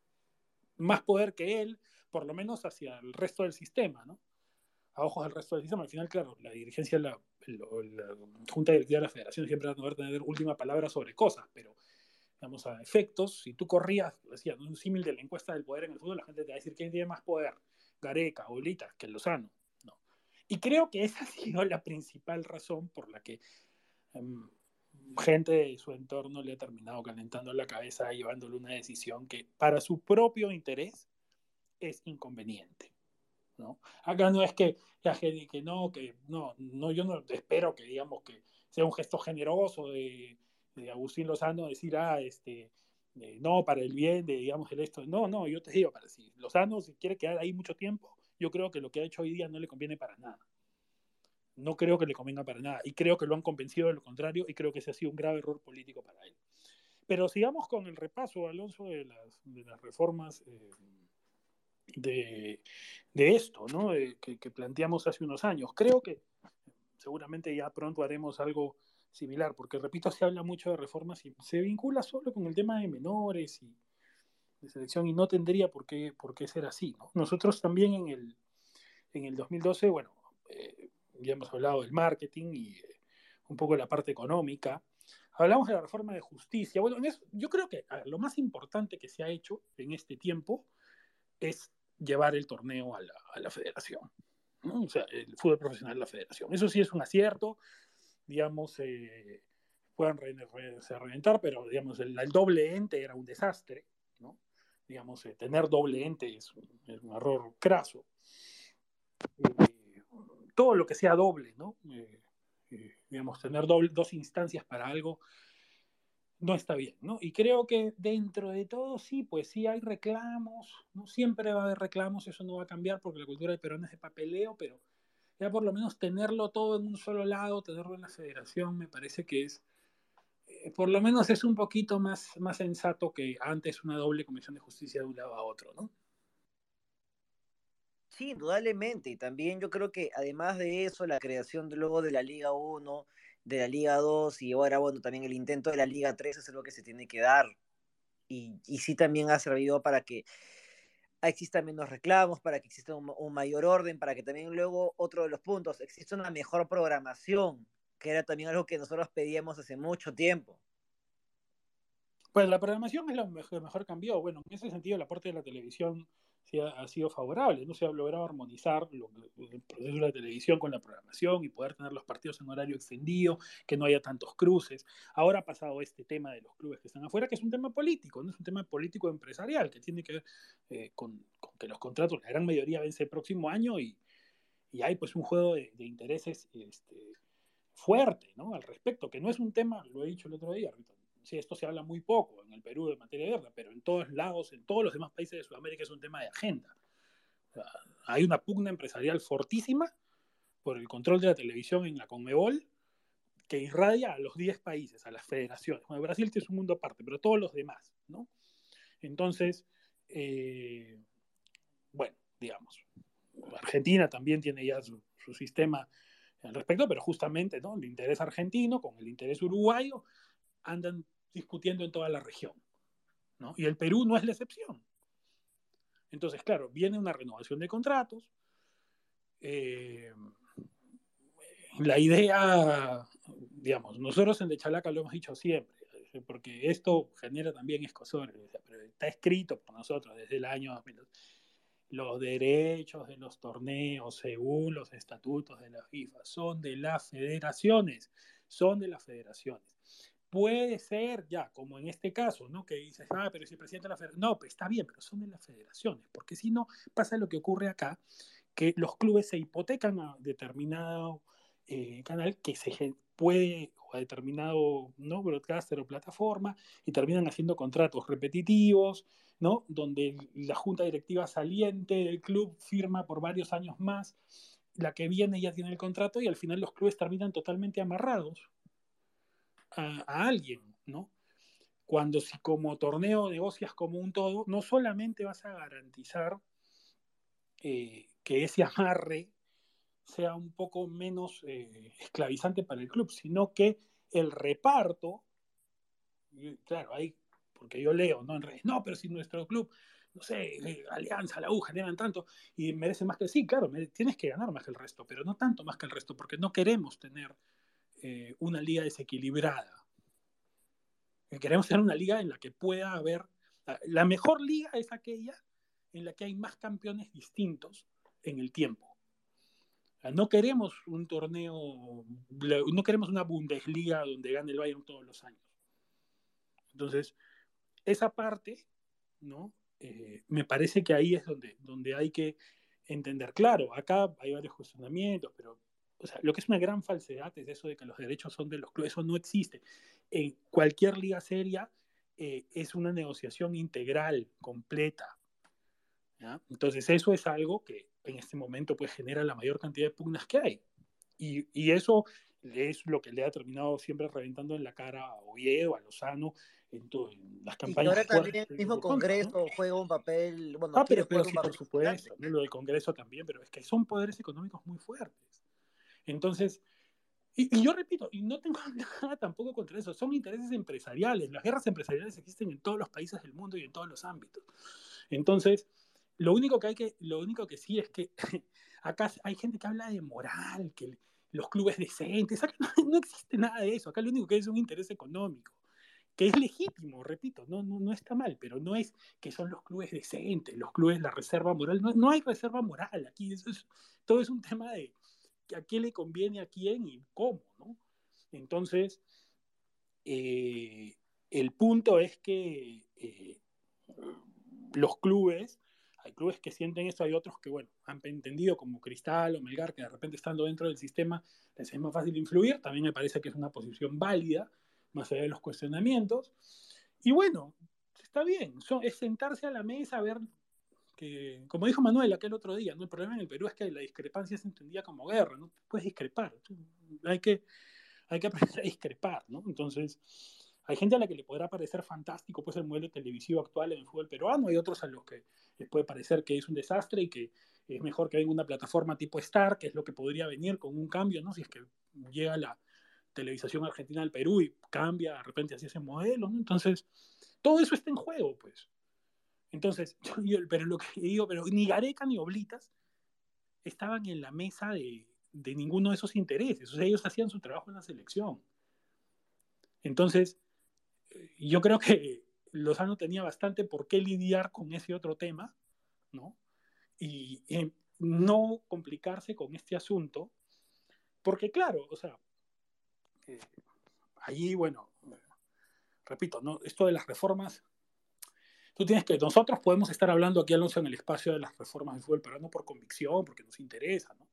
más poder que él, por lo menos hacia el resto del sistema, ¿no? A ojos del resto del sistema. Al final, claro, la dirigencia, la, la, la Junta Directiva de la Federación siempre va a poder tener última palabra sobre cosas, pero digamos, a efectos, si tú corrías, decía, un símil de la encuesta del poder en el fútbol, la gente te va a decir quién tiene más poder, Gareca, Oblitas, que Lozano. No. Y creo que esa ha sido la principal razón por la que um, gente de su entorno le ha terminado calentando la cabeza, llevándole una decisión que para su propio interés es inconveniente, ¿no? Acá no es que, que, que no, que no, no, yo no espero que digamos que sea un gesto generoso de, de Agustín Lozano decir, ah, este, eh, no, para el bien de, digamos, el esto. No, no, yo te digo, para si Lozano si quiere quedar ahí mucho tiempo, yo creo que lo que ha hecho hoy día no le conviene para nada. No creo que le convenga para nada. Y creo que lo han convencido de lo contrario y creo que ese ha sido un grave error político para él. Pero sigamos con el repaso, Alonso, de las, de las reformas eh, de, de, esto, ¿no? De, que, que planteamos hace unos años. Creo que seguramente ya pronto haremos algo similar, porque repito, se habla mucho de reformas y se vincula solo con el tema de menores y de selección y no tendría por qué, por qué ser así, ¿no? Nosotros también en el, en el dos mil doce, bueno, eh, ya hemos hablado del marketing y eh, un poco de la parte económica. Hablamos de la reforma de justicia. Bueno, en eso, yo creo que ver, lo más importante que se ha hecho en este tiempo es llevar el torneo a la, a la federación, ¿no? O sea, el fútbol profesional a la federación. Eso sí es un acierto, digamos, eh, puedan re, re, se reventar, pero digamos, el, el, doble ente era un desastre, ¿no? Digamos, eh, tener doble ente es un, es un error craso. Eh, todo lo que sea doble, ¿no? Eh, eh, digamos, tener doble, dos instancias para algo no está bien, ¿no? Y creo que dentro de todo, sí, pues sí hay reclamos, ¿no? Siempre va a haber reclamos, eso no va a cambiar porque la cultura del Perón es de papeleo, pero ya por lo menos tenerlo todo en un solo lado, tenerlo en la federación, me parece que es, eh, por lo menos es un poquito más, más sensato que antes una doble comisión de justicia de un lado a otro, ¿no? Sí, indudablemente. Y también yo creo que además de eso, la creación de, luego de la Liga uno, de la Liga dos y ahora, bueno, también el intento de la Liga tres es algo que se tiene que dar. Y, y sí también ha servido para que existan menos reclamos, para que exista un, un mayor orden, para que también luego, otro de los puntos, exista una mejor programación, que era también algo que nosotros pedíamos hace mucho tiempo. Pues la programación es lo mejor, mejor cambió. Bueno, en ese sentido, la parte de la televisión sí ha, ha sido favorable. No se ha logrado armonizar lo, el proceso de la televisión con la programación y poder tener los partidos en horario extendido, que no haya tantos cruces. Ahora ha pasado este tema de los clubes que están afuera, que es un tema político, no es un tema político empresarial, que tiene que ver eh, con, con que los contratos, la gran mayoría vence el próximo año y, y hay pues un juego de, de intereses este, fuerte, ¿no? Al respecto, que no es un tema, lo he dicho el otro día, sí, esto se habla muy poco en el Perú de materia de guerra, pero en todos lados, en todos los demás países de Sudamérica es un tema de agenda. O sea, hay una pugna empresarial fortísima por el control de la televisión en la Conmebol que irradia a los diez países, a las federaciones. Bueno, Brasil es un mundo aparte, pero todos los demás, ¿no? Entonces, eh, bueno, digamos, Argentina también tiene ya su, su sistema al respecto, pero justamente, ¿no? El interés argentino con el interés uruguayo andan discutiendo en toda la región, ¿no? Y el Perú no es la excepción. Entonces, claro, viene una renovación de contratos. Eh, la idea, digamos, nosotros en De Chalaca lo hemos dicho siempre, porque esto genera también escosor, pero está escrito por nosotros desde el año dos mil dos. Los derechos de los torneos, según los estatutos de la FIFA, son de las federaciones, son de las federaciones. Puede ser ya, como en este caso, ¿no? Que dices, ah, pero si el presidente de la federación, no, pues está bien, pero son de las federaciones, porque si no, pasa lo que ocurre acá, que los clubes se hipotecan a determinado eh, canal que se puede, o a determinado, ¿no? broadcaster o plataforma, y terminan haciendo contratos repetitivos, ¿no? Donde la junta directiva saliente del club firma por varios años más, la que viene ya tiene el contrato y al final los clubes terminan totalmente amarrados a, a alguien, ¿no? Cuando si como torneo negocias como un todo, no solamente vas a garantizar eh, que ese amarre sea un poco menos eh, esclavizante para el club, sino que el reparto, claro, hay, porque yo leo, ¿no? En redes, no, pero si nuestro club, no sé, eh, Alianza, la U, generan tanto y merece más que sí, claro, me, tienes que ganar más que el resto, pero no tanto más que el resto, porque no queremos tener eh, una liga desequilibrada. Queremos tener una liga en la que pueda haber, la mejor liga es aquella en la que hay más campeones distintos en el tiempo. No queremos un torneo, no queremos una Bundesliga donde gane el Bayern todos los años. Entonces, esa parte, ¿no? Eh, me parece que ahí es donde, donde hay que entender. Claro, acá hay varios cuestionamientos, pero o sea, lo que es una gran falsedad es eso de que los derechos son de los clubes. Eso no existe. En cualquier liga seria eh, es una negociación integral, completa. ¿Ya? Entonces, eso es algo que en este momento pues, genera la mayor cantidad de pugnas que hay. Y, y eso es lo que le ha terminado siempre reventando en la cara a Oviedo, a Lozano, en, todo, en las Y que campañas ahora fuertes también el en mismo su contra, ¿no? Congreso juega un papel, bueno, Ah, quiere pero, pero jugar un sí, por papel importante. supuesto, ¿no? Lo del Congreso también, pero es que son poderes económicos muy fuertes. Entonces, y, y yo repito, y no tengo nada tampoco contra eso, son intereses empresariales. Las guerras empresariales existen en todos los países del mundo y en todos los ámbitos. Entonces, lo único que hay que, lo único que sí es que acá hay gente que habla de moral, que los clubes decentes, acá no, no existe nada de eso, acá lo único que hay es un interés económico, que es legítimo, repito, no, no, no está mal, pero no es que son los clubes decentes, los clubes, la reserva moral, no, no hay reserva moral aquí, eso es, todo es un tema de a quién le conviene a quién y cómo, ¿no? Entonces, eh, el punto es que eh, los clubes, hay clubes que sienten eso, hay otros que, bueno, han entendido como Cristal o Melgar, que de repente estando dentro del sistema les es más fácil influir, también me parece que es una posición válida, más allá de los cuestionamientos, y bueno, está bien, son, es sentarse a la mesa a ver que, como dijo Manuel aquel otro día, ¿no? El problema en el Perú es que la discrepancia se entendía como guerra, no puedes discrepar, hay que, hay que aprender a discrepar, ¿no? Entonces, hay gente a la que le podrá parecer fantástico pues, el modelo televisivo actual en el fútbol peruano, hay otros a los que les puede parecer que es un desastre y que es mejor que venga una plataforma tipo Star, que es lo que podría venir con un cambio, ¿no? Si es que llega la televisación argentina al Perú y cambia de repente hacia ese modelo, ¿no? Entonces, todo eso está en juego, pues. Entonces, yo, pero lo que digo, pero ni Gareca ni Oblitas estaban en la mesa de, de ninguno de esos intereses. O sea, ellos hacían su trabajo en la selección. Entonces, yo creo que Lozano tenía bastante por qué lidiar con ese otro tema, ¿no? Y eh, no complicarse con este asunto, porque claro, o sea, eh, allí, bueno, repito, ¿no? Esto de las reformas, tú tienes que, nosotros podemos estar hablando aquí, Alonso, en el espacio de las reformas del fútbol, pero no por convicción, porque nos interesa, ¿no?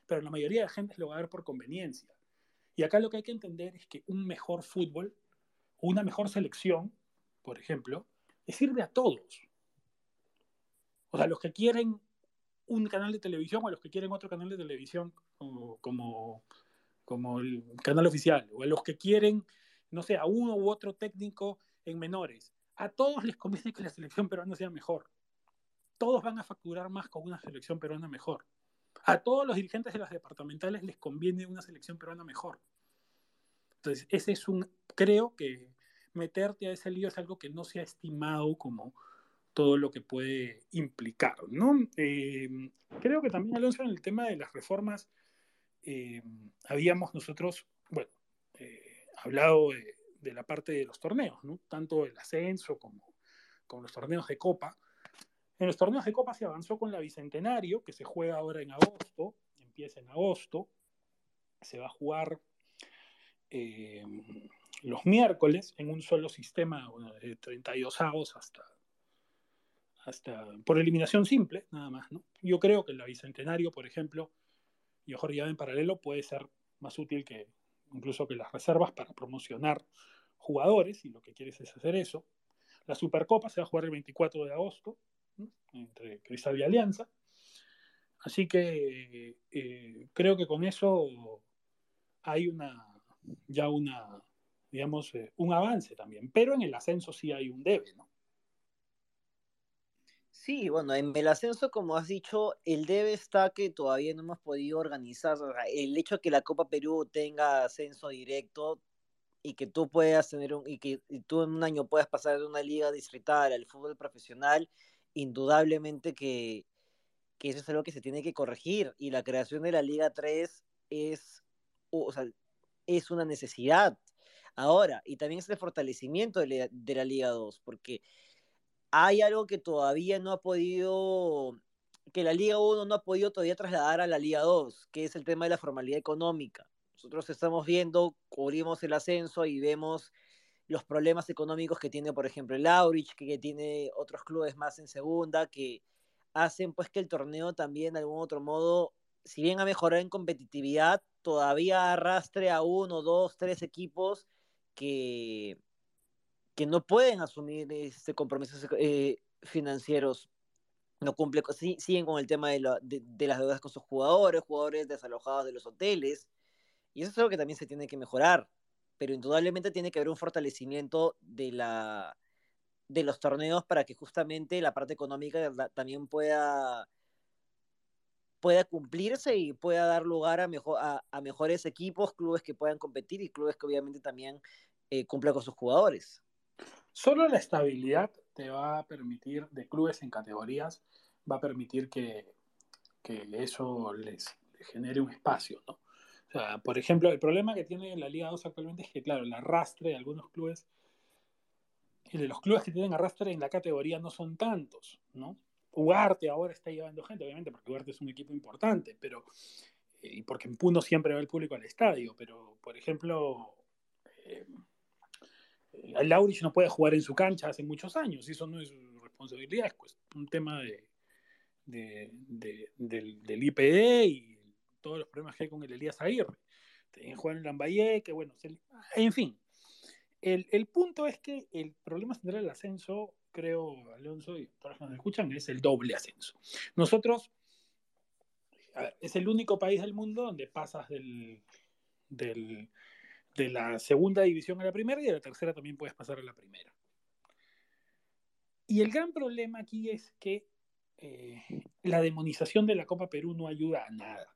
pero la mayoría de la gente lo va a ver por conveniencia. Y acá lo que hay que entender es que un mejor fútbol, una mejor selección, por ejemplo, le sirve a todos. O sea, los que quieren un canal de televisión o los que quieren otro canal de televisión como, como, como el canal oficial, o a los que quieren, no sé, a uno u otro técnico en menores. A todos les conviene que la selección peruana sea mejor. Todos van a facturar más con una selección peruana mejor. A todos los dirigentes de las departamentales les conviene una selección peruana mejor. Entonces, ese es un, creo que meterte a ese lío es algo que no se ha estimado como todo lo que puede implicar, ¿no? Eh, creo que también, Alonso, en el tema de las reformas, eh, habíamos nosotros, bueno, eh, hablado de, de, la parte de los torneos, ¿no? Tanto el ascenso como, como los torneos de Copa. En los torneos de Copa se avanzó con la Bicentenario, que se juega ahora en agosto, empieza en agosto, se va a jugar eh, los miércoles en un solo sistema, bueno, de treinta y dos avos hasta, hasta por eliminación simple, nada más, ¿no? Yo creo que la Bicentenario, por ejemplo, y mejor ya en paralelo, puede ser más útil que incluso que las reservas para promocionar jugadores, y lo que quieres es hacer eso. La Supercopa se va a jugar el veinticuatro de agosto, ¿no? Entre Cristal y Alianza. Así que eh, creo que con eso hay una, ya una, digamos, eh, un avance también. Pero en el ascenso sí hay un debe, ¿no? Sí, bueno, en el ascenso, como has dicho, el debe está que todavía no hemos podido organizar. O sea, el hecho de que la Copa Perú tenga ascenso directo y que tú puedas tener un, y que y tú en un año puedas pasar de una liga distrital al fútbol profesional, indudablemente que, que eso es algo que se tiene que corregir. Y la creación de la Liga tres es, o sea, es una necesidad. Ahora, y también es el fortalecimiento de la, de la Liga dos, porque hay algo que todavía no ha podido, que la Liga uno no ha podido todavía trasladar a la Liga dos, que es el tema de la formalidad económica. Nosotros estamos viendo, cubrimos el ascenso y vemos los problemas económicos que tiene, por ejemplo, el Aurich, que, que tiene otros clubes más en segunda, que hacen pues que el torneo también de algún otro modo, si bien ha mejorado en competitividad, todavía arrastre a uno, dos, tres equipos que, que no pueden asumir este compromisos eh, financieros, no cumple, sí, siguen con el tema de, la, de, de, las deudas con sus jugadores, jugadores desalojados de los hoteles, y eso es algo que también se tiene que mejorar, pero indudablemente tiene que haber un fortalecimiento de, la, de los torneos para que justamente la parte económica la, también pueda, pueda cumplirse y pueda dar lugar a, mejor, a, a mejores equipos, clubes que puedan competir y clubes que obviamente también eh, cumplan con sus jugadores. Solo la estabilidad te va a permitir, de clubes en categorías, va a permitir que, que eso les, les genere un espacio, ¿no? O sea, por ejemplo, el problema que tiene la Liga dos actualmente es que, claro, el arrastre de algunos clubes y de los clubes que tienen arrastre en la categoría no son tantos, ¿no? Ugarte ahora está llevando gente, obviamente, porque Ugarte es un equipo importante, pero eh, y porque en Puno siempre va el público al estadio, pero, por ejemplo, eh, el Laurich no puede jugar en su cancha hace muchos años, y eso no es su responsabilidad, es pues, un tema de, de, de, del, del I P D y todos los problemas que hay con el Elías Aguirre. También juegan en Lambayeque, que bueno, se, en fin. El, el, punto es que el problema central del ascenso, creo, Alonso, y todos los que nos escuchan, es el doble ascenso. Nosotros, a ver, es el único país del mundo donde pasas del, del, de la segunda división a la primera y de la tercera también puedes pasar a la primera. Y el gran problema aquí es que eh, la demonización de la Copa Perú no ayuda a nada.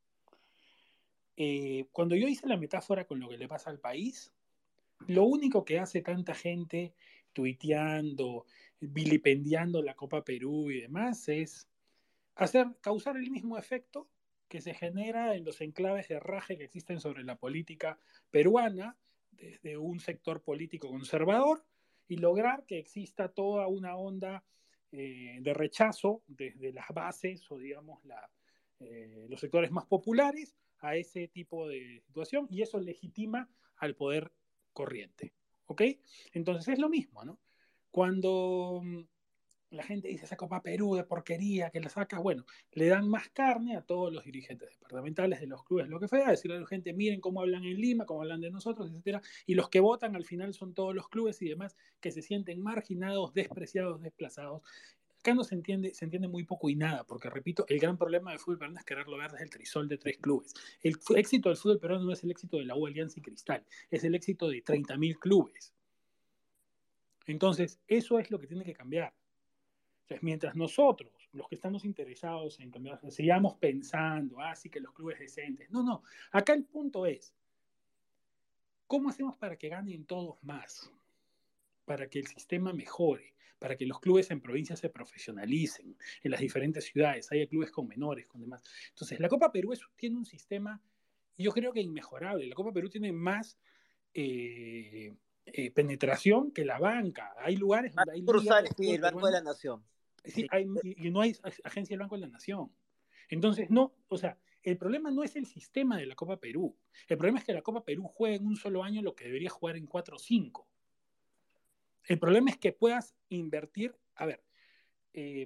Eh, cuando yo hice la metáfora con lo que le pasa al país, lo único que hace tanta gente tuiteando, vilipendiando la Copa Perú y demás es hacer, causar el mismo efecto que se genera en los enclaves de raje que existen sobre la política peruana desde un sector político conservador y lograr que exista toda una onda eh, de rechazo desde las bases o digamos la, eh, los sectores más populares a ese tipo de situación y eso legitima al poder corriente. ¿Ok? Entonces es lo mismo, ¿no? Cuando la gente dice esa Copa Perú de porquería, que la saca, bueno, le dan más carne a todos los dirigentes departamentales de los clubes, lo que fue, a decirle a la gente, miren cómo hablan en Lima, cómo hablan de nosotros, etcétera, y los que votan al final son todos los clubes y demás que se sienten marginados, despreciados, desplazados. Acá no se entiende, se entiende muy poco y nada, porque repito, el gran problema del fútbol peruano es quererlo ver desde el trisol de tres clubes. El éxito del fútbol peruano no es el éxito de la U, Alianza y Cristal, es el éxito de treinta mil clubes. Entonces, eso es lo que tiene que cambiar. Entonces, mientras nosotros, los que estamos interesados en cambiar, sigamos pensando, ah, sí que los clubes decentes. No, no. Acá el punto es, ¿cómo hacemos para que ganen todos más? Para que el sistema mejore, para que los clubes en provincias se profesionalicen, en las diferentes ciudades, haya clubes con menores, con demás. Entonces, la Copa Perú es, tiene un sistema, yo creo que inmejorable. La Copa Perú tiene más eh, eh, penetración que la banca. Hay lugares Más donde hay ligas de sucursales que fútbol el Banco de peruano. la Nación. Sí, Sí. hay, y no hay agencia del Banco de la Nación. Entonces, no, o sea, el problema no es el sistema de la Copa Perú. El problema es que la Copa Perú juega en un solo año lo que debería jugar en cuatro o cinco. El problema es que puedas invertir, a ver, eh,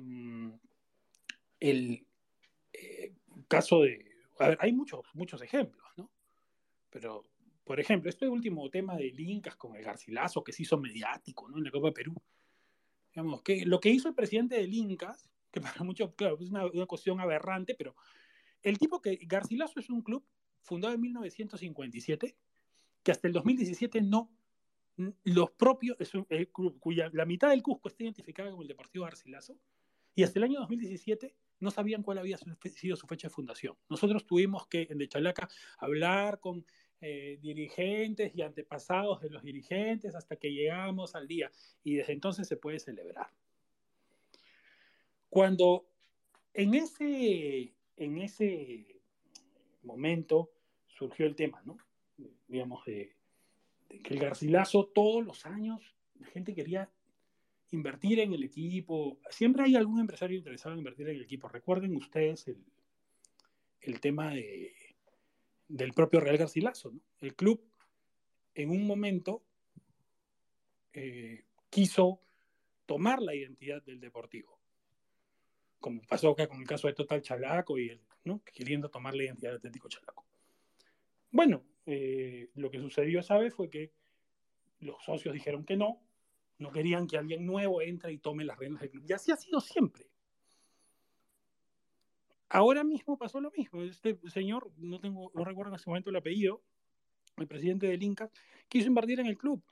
el eh, caso de, a ver, hay muchos, muchos ejemplos, ¿no? Pero, por ejemplo, este último tema del Incas con el Garcilaso que se hizo mediático, ¿no? En la Copa Perú. Digamos, que lo que hizo el presidente del Incas, que para muchos, claro, es una, una cuestión aberrante, pero el tipo que, Garcilaso es un club fundado en mil novecientos cincuenta y siete, que hasta el dos mil diecisiete no, los propios, es un, el club cuya la mitad del Cusco está identificada como el Deportivo Garcilaso, y hasta el año dos mil diecisiete no sabían cuál había sido su fecha de fundación. Nosotros tuvimos que en De Chalaca hablar con eh, dirigentes y antepasados de los dirigentes hasta que llegamos al día, y desde entonces se puede celebrar. Cuando en ese, en ese momento surgió el tema, ¿no? Digamos, de, de que el Garcilaso todos los años la gente quería invertir en el equipo. Siempre hay algún empresario interesado en invertir en el equipo. Recuerden ustedes el, el tema de, del propio Real Garcilaso, ¿no? El club en un momento eh, quiso tomar la identidad del Deportivo, como pasó acá con el caso de Total Chalaco y el, ¿no? queriendo tomar la identidad del Atlético Chalaco. Bueno, eh, lo que sucedió esa vez fue que los socios dijeron que no, no querían que alguien nuevo entre y tome las riendas del club. Y así ha sido siempre. Ahora mismo pasó lo mismo. Este señor, no, tengo, no recuerdo en ese momento el apellido, el presidente del Incas, quiso invertir en el club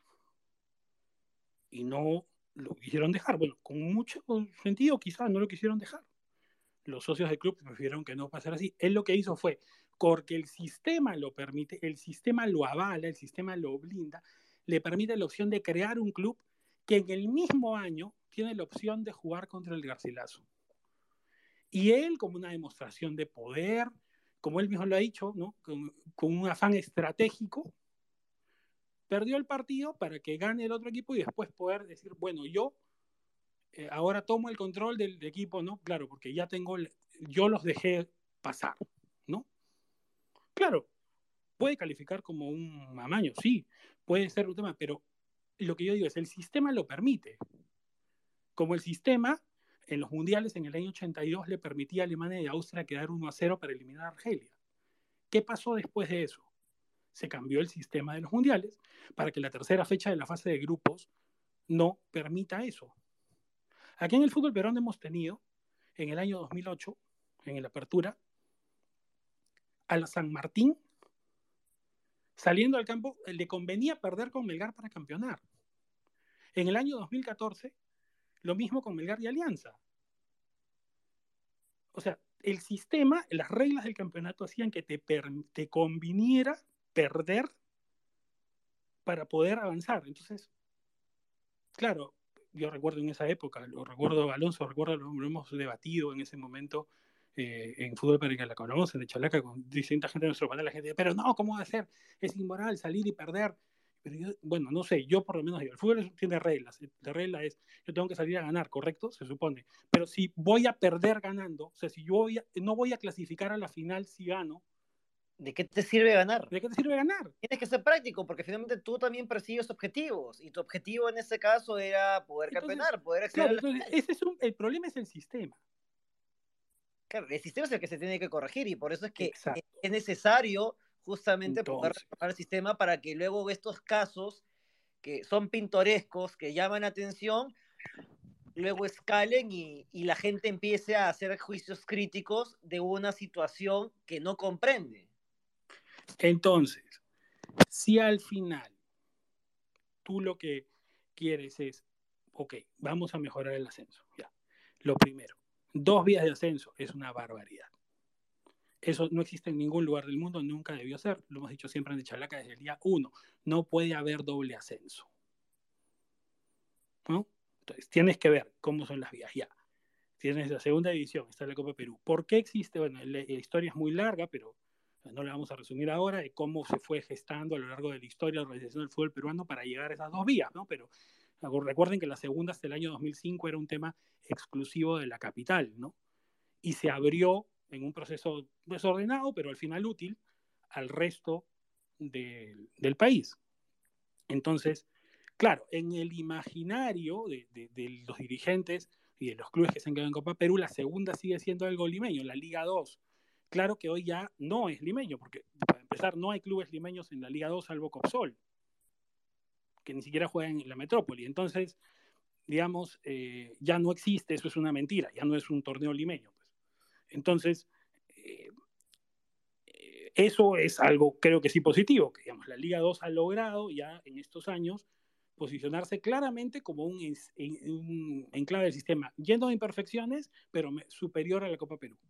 y no lo quisieron dejar. Bueno, con mucho sentido quizás no lo quisieron dejar. Los socios del club prefirieron que no pasara así. Él lo que hizo fue, porque el sistema lo permite, el sistema lo avala, el sistema lo blinda, le permite la opción de crear un club que en el mismo año tiene la opción de jugar contra el Garcilaso. Y él, como una demostración de poder, como él mismo lo ha dicho, ¿no? con, con un afán estratégico, perdió el partido para que gane el otro equipo y después poder decir, bueno, yo eh, ahora tomo el control del, del equipo, ¿no? Claro, porque ya tengo, yo los dejé pasar, ¿no? Claro, puede calificar como un amaño, sí, puede ser un tema, pero lo que yo digo es, el sistema lo permite. Como el sistema en los mundiales en el año ochenta y dos le permitía a Alemania y a Austria quedar uno a cero para eliminar a Argelia. ¿Qué pasó después de eso? Se cambió el sistema de los mundiales para que la tercera fecha de la fase de grupos no permita eso. Aquí en el fútbol peruano hemos tenido, en el año dos mil ocho, en la apertura, a la San Martín saliendo al campo, le convenía perder con Melgar para campeonar. En el año dos mil catorce, lo mismo con Melgar y Alianza. O sea, el sistema, las reglas del campeonato hacían que te, per, te conviniera perder para poder avanzar. Entonces, claro, yo recuerdo en esa época, lo recuerdo Alonso, recuerdo, lo, lo hemos debatido en ese momento eh, en fútbol para que la conocen, de Chalaca, con distinta gente de nuestro panel, la gente, pero no, ¿cómo va a ser? Es inmoral salir y perder. Pero yo, bueno, no sé, yo por lo menos digo, el fútbol tiene reglas. La regla es, yo tengo que salir a ganar, ¿correcto? Se supone. Pero si voy a perder ganando, o sea, si yo voy a, no voy a clasificar a la final si gano, ¿De qué te sirve ganar? ¿De qué te sirve ganar? Tienes que ser práctico, porque finalmente tú también persigues objetivos, y tu objetivo en este caso era poder Entonces, campeonar, poder acceder claro, a la entonces final. ese es un, el problema es el sistema. Claro, el sistema es el que se tiene que corregir, y por eso es que Exacto. es necesario justamente poder Entonces, reformar el sistema para que luego estos casos que son pintorescos, que llaman la atención, luego escalen y, y la gente empiece a hacer juicios críticos de una situación que no comprende. entonces, si al final tú lo que quieres es, ok, vamos a mejorar el ascenso, ya. Lo primero, dos vías de ascenso es una barbaridad. Eso no existe en ningún lugar del mundo, nunca debió ser. Lo hemos dicho siempre en Chalaca desde el día uno. No puede haber doble ascenso, ¿no? Entonces, tienes que ver cómo son las vías. Ya, tienes la segunda división, está la Copa Perú. ¿Por qué existe? Bueno, la, la historia es muy larga, pero no la vamos a resumir ahora, de cómo se fue gestando a lo largo de la historia la organización del fútbol peruano para llegar a esas dos vías, ¿no? Pero recuerden que la segunda hasta el año dos mil cinco era un tema exclusivo de la capital, ¿no? Y se abrió en un proceso desordenado, pero al final útil, al resto de, del país. Entonces, claro, en el imaginario de, de, de, los dirigentes y de los clubes que se han quedado en Copa Perú, la segunda sigue siendo algo limeño, la Liga dos. Claro que hoy ya no es limeño, porque para empezar no hay clubes limeños en la Liga dos salvo Copsol, que ni siquiera juega en la metrópoli. Entonces, digamos, eh, ya no existe, eso es una mentira, ya no es un torneo limeño. Pues. Entonces, eh, eso es algo, creo que sí positivo, que digamos, la Liga dos ha logrado ya en estos años posicionarse claramente como un, un enclave del sistema, lleno de imperfecciones, pero superior a la Copa Perú.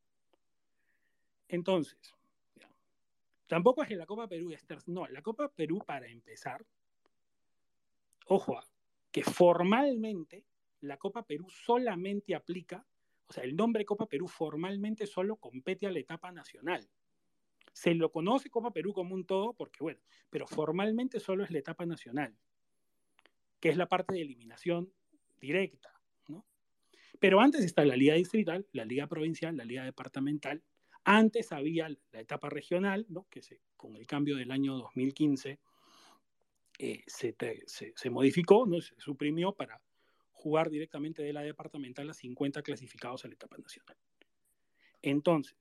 Entonces, ya, tampoco es que la Copa Perú es tercera, no, la Copa Perú para empezar, ojo, que formalmente la Copa Perú solamente aplica, o sea, el nombre Copa Perú formalmente solo compete a la etapa nacional. Se lo conoce Copa Perú como un todo, porque bueno, pero formalmente solo es la etapa nacional, que es la parte de eliminación directa, ¿no? Pero antes está la liga distrital, la liga provincial, la liga departamental. Antes había la etapa regional, ¿no? Que se, con el cambio del año dos mil quince eh, se, te, se, se modificó, ¿no? Se suprimió para jugar directamente de la departamental a cincuenta clasificados a la etapa nacional. Entonces,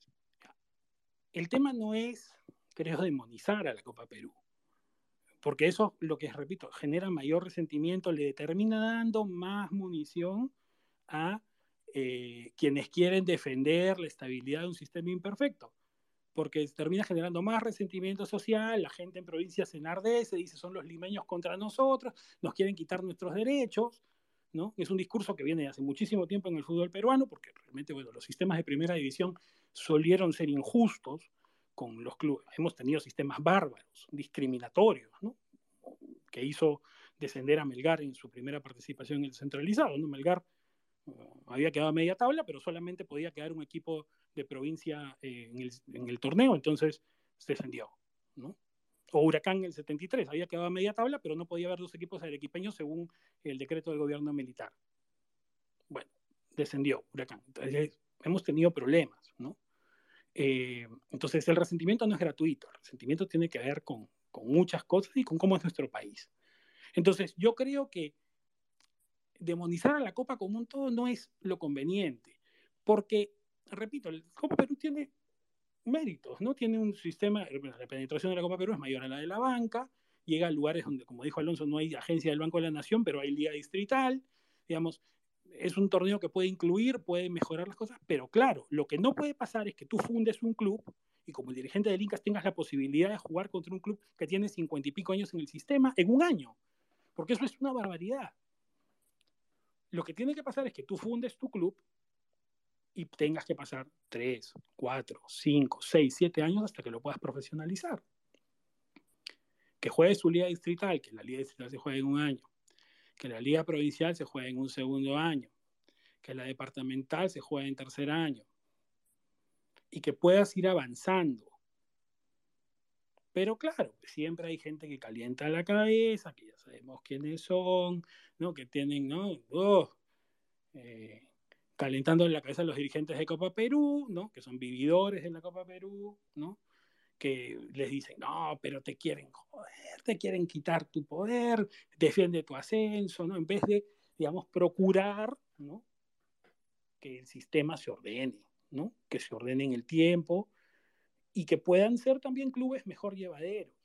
el tema no es, creo, demonizar a la Copa Perú, porque eso, lo que repito, genera mayor resentimiento, le termina dando más munición a eh, quienes quieren defender la estabilidad de un sistema imperfecto, porque termina generando más resentimiento social, la gente en provincias se enardece, dice son los limeños contra nosotros, nos quieren quitar nuestros derechos, ¿no? Es un discurso que viene de hace muchísimo tiempo en el fútbol peruano, porque realmente, bueno, los sistemas de primera división solieron ser injustos con los clubes. Hemos tenido sistemas bárbaros, discriminatorios, ¿no? Que hizo descender a Melgar en su primera participación en el centralizado, ¿no? Melgar había quedado a media tabla, pero solamente podía quedar un equipo de provincia eh, en, el, en, el, torneo, entonces se descendió, ¿no? O Huracán en el setenta y tres, había quedado a media tabla, pero no podía haber dos equipos arequipeños según el decreto del gobierno militar. Bueno, descendió Huracán. Entonces, hemos tenido problemas, ¿no? Eh, entonces, el resentimiento no es gratuito, el resentimiento tiene que ver con, con muchas cosas y con cómo es nuestro país. Entonces, yo creo que demonizar a la Copa como un todo no es lo conveniente, porque, repito, el Copa Perú tiene méritos, ¿no? Tiene un sistema, la penetración de la Copa Perú es mayor a la de la banca, llega a lugares donde, como dijo Alonso, no hay agencia del Banco de la Nación, pero hay liga distrital, digamos, es un torneo que puede incluir, puede mejorar las cosas, pero claro, lo que no puede pasar es que tú fundes un club y como el dirigente del Incas tengas la posibilidad de jugar contra un club que tiene cincuenta y pico años en el sistema en un año, porque eso es una barbaridad. Lo que tiene que pasar es que tú fundes tu club y tengas que pasar tres, cuatro, cinco, seis, siete años hasta que lo puedas profesionalizar. Que juegue su liga distrital, que la liga distrital se juegue en un año, que la liga provincial se juegue en un segundo año, que la departamental se juegue en tercer año y que puedas ir avanzando. Pero claro, siempre hay gente que calienta la cabeza, que ya sabemos quiénes son, ¿no? Que tienen, ¿no? Oh, eh, calentando en la cabeza a los dirigentes de Copa Perú, ¿no? Que son vividores de la Copa Perú, ¿no? que les dicen, no, pero te quieren joder, te quieren quitar tu poder, defiende tu ascenso, ¿no? En vez de, digamos, procurar, ¿no?, que el sistema se ordene, ¿no?, que se ordene en el tiempo y que puedan ser también clubes mejor llevaderos,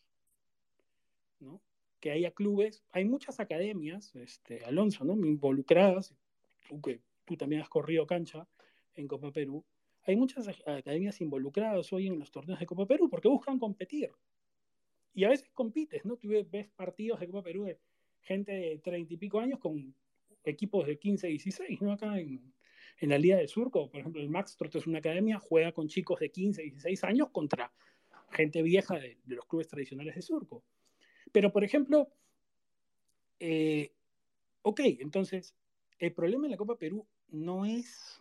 ¿no? Que haya clubes, hay muchas academias, este, Alonso, ¿no?, involucradas, tú que tú también has corrido cancha en Copa Perú, hay muchas academias involucradas hoy en los torneos de Copa Perú porque buscan competir. Y a veces compites, ¿no? Tú ves partidos de Copa Perú de gente de treinta y pico años con equipos de quince, dieciséis, ¿no? Acá en, en la Liga del Surco, por ejemplo, el Max Trot es una academia, juega con chicos de quince, dieciséis años contra gente vieja de, de los clubes tradicionales de Surco. Pero, por ejemplo, eh, ok, entonces, el problema en la Copa Perú no es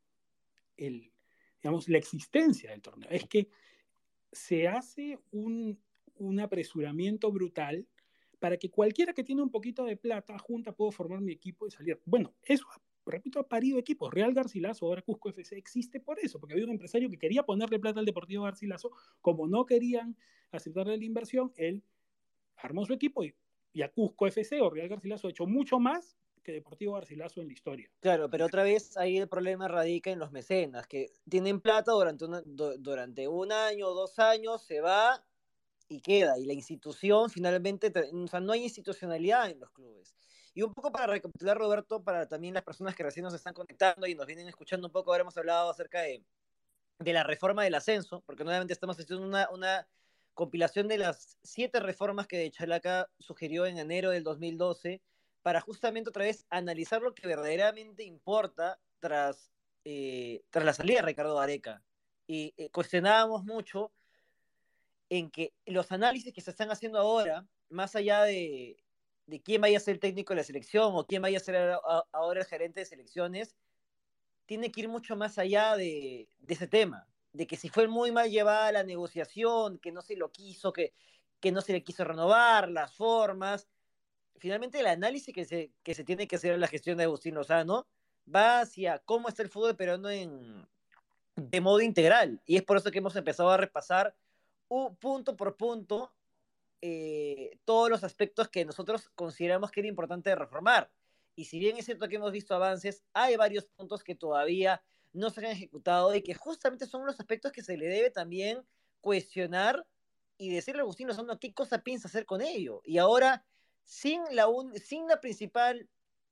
el, digamos, la existencia del torneo, es que se hace un, un apresuramiento brutal para que cualquiera que tiene un poquito de plata junta pueda formar mi equipo y salir. Bueno, eso, repito, ha parido equipos. Real Garcilaso, ahora Cusco F C, existe por eso, porque había un empresario que quería ponerle plata al Deportivo Garcilaso, como no querían aceptarle la inversión, él armó su equipo y, y a Cusco F C o Real Garcilaso ha hecho mucho más que Deportivo Garcilaso en la historia. Claro, pero otra vez ahí el problema radica en los mecenas, que tienen plata durante, una, do, durante un año o dos años, se va y queda, y la institución finalmente, o sea, no hay institucionalidad en los clubes. Y un poco para recapitular, Roberto, para también las personas que recién nos están conectando y nos vienen escuchando un poco, ahora hemos hablado acerca de, de la reforma del ascenso, porque nuevamente estamos haciendo una, una compilación de las siete reformas que Chalaca sugirió en enero del dos mil doce, para justamente otra vez analizar lo que verdaderamente importa tras, eh, tras la salida de Ricardo Gareca. Y eh, cuestionábamos mucho en que los análisis que se están haciendo ahora, más allá de, de quién vaya a ser el técnico de la selección o quién vaya a ser ahora el gerente de selecciones, tiene que ir mucho más allá de, de ese tema, de que si fue muy mal llevada la negociación, que no se lo quiso, que, que no se le quiso renovar, las formas. Finalmente el análisis que se, que se tiene que hacer en la gestión de Agustín Lozano va hacia cómo está el fútbol peruano en, de modo integral. Y es por eso que hemos empezado a repasar uh, punto por punto eh, todos los aspectos que nosotros consideramos que era importante reformar. Y si bien es cierto que hemos visto avances, hay varios puntos que todavía no se han ejecutado y que justamente son los aspectos que se le debe también cuestionar y decirle a Agustín Lozano qué cosa piensa hacer con ello. Y ahora, sin la, un, sin la principal,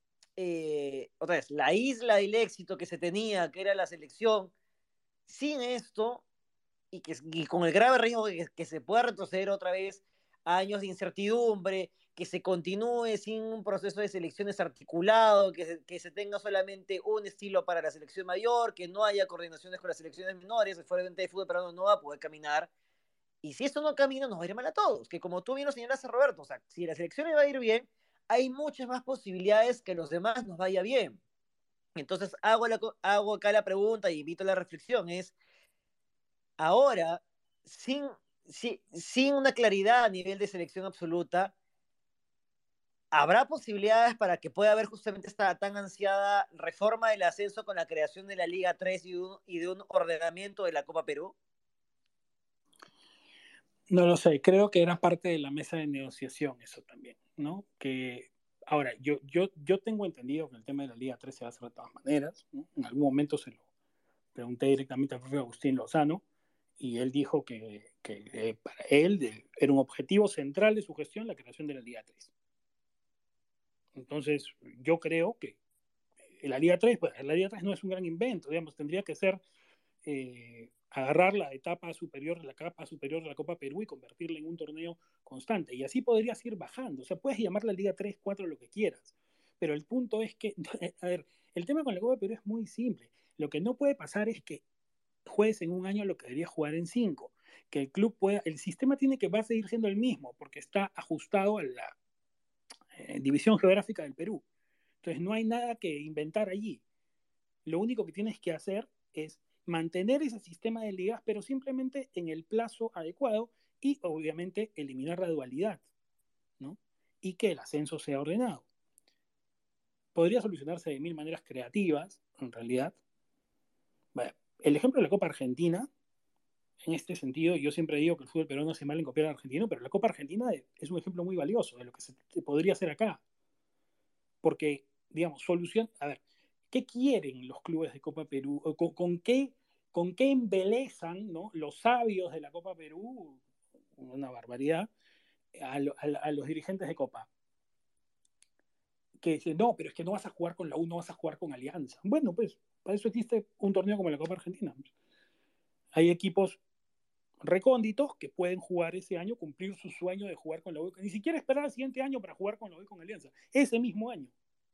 eh, otra vez, la isla del éxito que se tenía, que era la selección, sin esto, y, que, y con el grave riesgo de que, que se pueda retroceder otra vez a años de incertidumbre, que se continúe sin un proceso de selecciones articulado, que se, que se tenga solamente un estilo para la selección mayor, que no haya coordinaciones con las selecciones menores, el fuerte de fútbol peruano no va a poder caminar. Y si esto no camina, nos va a ir mal a todos. Que como tú bien lo señalaste, Roberto, o sea, si la selección le va a ir bien, hay muchas más posibilidades que los demás nos vaya bien. Entonces, hago, la, hago acá la pregunta y invito a la reflexión, es, ahora, sin, sin, sin una claridad a nivel de selección absoluta, ¿habrá posibilidades para que pueda haber justamente esta tan ansiada reforma del ascenso con la creación de la Liga tres y, un, y de un ordenamiento de la Copa Perú? No lo sé, creo que era parte de la mesa de negociación eso también, ¿no? Que ahora, yo, yo, yo tengo entendido que el tema de la Liga tres se va a hacer de todas maneras, ¿no? En algún momento se lo pregunté directamente al propio Agustín Lozano y él dijo que, que eh, para él de, era un objetivo central de su gestión la creación de la Liga tres. Entonces, yo creo que la Liga tres, pues la Liga tres no es un gran invento, digamos, tendría que ser eh, agarrar la etapa superior, la capa superior de la Copa Perú y convertirla en un torneo constante. Y así podrías ir bajando. O sea, puedes llamarla Liga tres, cuatro, lo que quieras. Pero el punto es que, a ver, el tema con la Copa Perú es muy simple. Lo que no puede pasar es que juegues en un año lo que debería jugar en cinco. Que el club pueda, el sistema tiene que va a seguir siendo el mismo porque está ajustado a la eh, división geográfica del Perú. Entonces no hay nada que inventar allí. Lo único que tienes que hacer es mantener ese sistema de ligas, pero simplemente en el plazo adecuado y obviamente eliminar la dualidad, ¿no? Y que el ascenso sea ordenado. Podría solucionarse de mil maneras creativas, en realidad. Bueno, el ejemplo de la Copa Argentina en este sentido, yo siempre digo que el fútbol peruano hace mal en copiar al argentino, pero la Copa Argentina es un ejemplo muy valioso de lo que se podría hacer acá. Porque, digamos, solución, a ver, ¿qué quieren los clubes de Copa Perú? ¿Con, con qué, con qué embelezan, ¿no?, los sabios de la Copa Perú? Una barbaridad. A, lo, a, a los dirigentes de Copa. Que dicen, no, pero es que no vas a jugar con la U, no vas a jugar con Alianza. Bueno, pues, para eso existe un torneo como la Copa Argentina. Hay equipos recónditos que pueden jugar ese año, cumplir su sueño de jugar con la U. Ni siquiera esperar al siguiente año para jugar con la U y con Alianza. Ese mismo año.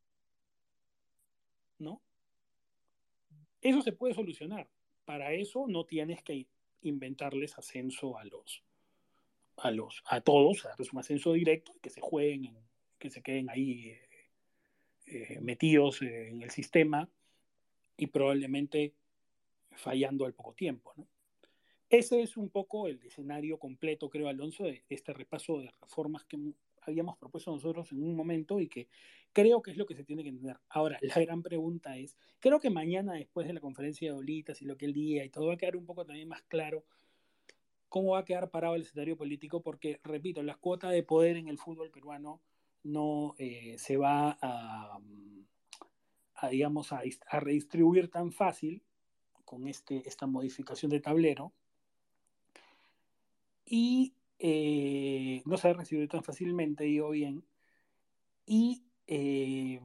¿No? Eso se puede solucionar. Para eso no tienes que inventarles ascenso a los, a los, a todos, a un ascenso directo, que se jueguen, en, que se queden ahí eh, eh, metidos eh, en el sistema y probablemente fallando al poco tiempo, ¿no? Ese es un poco el escenario completo, creo, Alonso, de este repaso de reformas que habíamos propuesto nosotros en un momento y que creo que es lo que se tiene que entender. Ahora, la gran pregunta es, creo que mañana, después de la conferencia de Olitas y lo que él diga y todo, va a quedar un poco también más claro cómo va a quedar parado el escenario político, porque, repito, la cuota de poder en el fútbol peruano no eh, se va a, a digamos, a, a redistribuir tan fácil con este, esta modificación de tablero, y eh, no se ha recibido tan fácilmente, digo bien, y eh,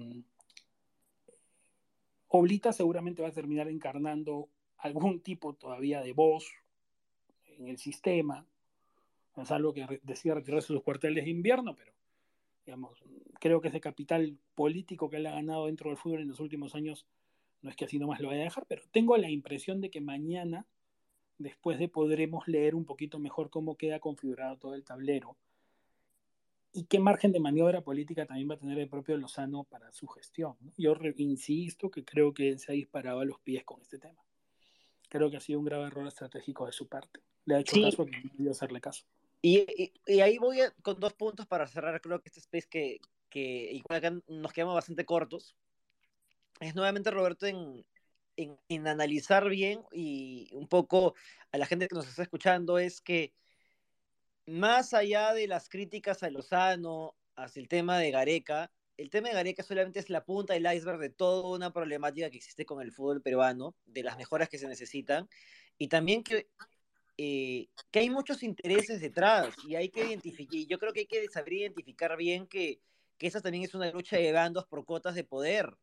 Oblita seguramente va a terminar encarnando algún tipo todavía de voz en el sistema, es algo que decía retirarse sus cuarteles de invierno, pero digamos, creo que ese capital político que él ha ganado dentro del fútbol en los últimos años no es que así nomás lo vaya a dejar, pero tengo la impresión de que mañana, después de podremos leer un poquito mejor cómo queda configurado todo el tablero y qué margen de maniobra política también va a tener el propio Lozano para su gestión, ¿no? Yo re, insisto que creo que se ha disparado a los pies con este tema. Creo que ha sido un grave error estratégico de su parte. Le ha hecho Sí, caso a quien no debió hacerle caso. y, y, y ahí voy a, con dos puntos para cerrar, creo que este space que, que igual acá nos quedamos bastante cortos. Es nuevamente, Roberto, en, en, en analizar bien y un poco a la gente que nos está escuchando, es que más allá de las críticas a Lozano hacia el tema de Gareca, el tema de Gareca solamente es la punta del iceberg de toda una problemática que existe con el fútbol peruano, de las mejoras que se necesitan, y también que, eh, que hay muchos intereses detrás, y hay que identificar, y yo creo que hay que saber identificar bien que, que esa también es una lucha de bandos por cuotas de poder.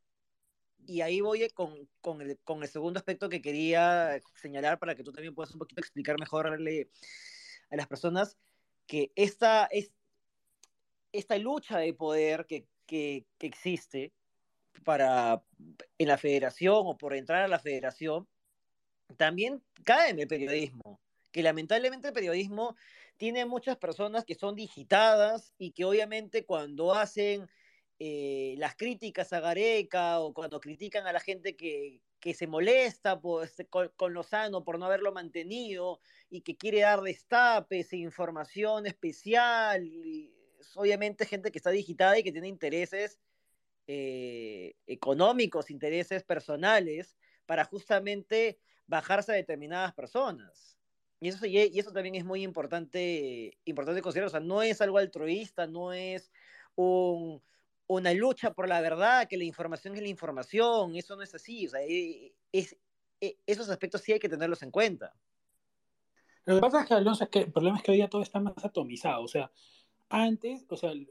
Y ahí voy con, con, el, con el segundo aspecto que quería señalar para que tú también puedas un poquito explicar mejor a las personas que esta, es, esta lucha de poder que, que, que existe para, en la federación o por entrar a la federación, también cae en el periodismo, que lamentablemente el periodismo tiene muchas personas que son digitadas y que obviamente cuando hacen eh, las críticas a Gareca o cuando critican a la gente que, que se molesta por, con, con Lozano por no haberlo mantenido y que quiere dar destapes e información especial, y obviamente gente que está digitada y que tiene intereses eh, económicos, intereses personales, para justamente bajarse a determinadas personas. Y eso, y eso también es muy importante, importante considerar. O sea, no es algo altruista, no es un, una lucha por la verdad, que la información es la información. Eso no es así. O sea, es, es, esos aspectos sí hay que tenerlos en cuenta. Lo que pasa es que, Alonso, es que el problema es que hoy día todo está más atomizado. O sea, antes, o sea,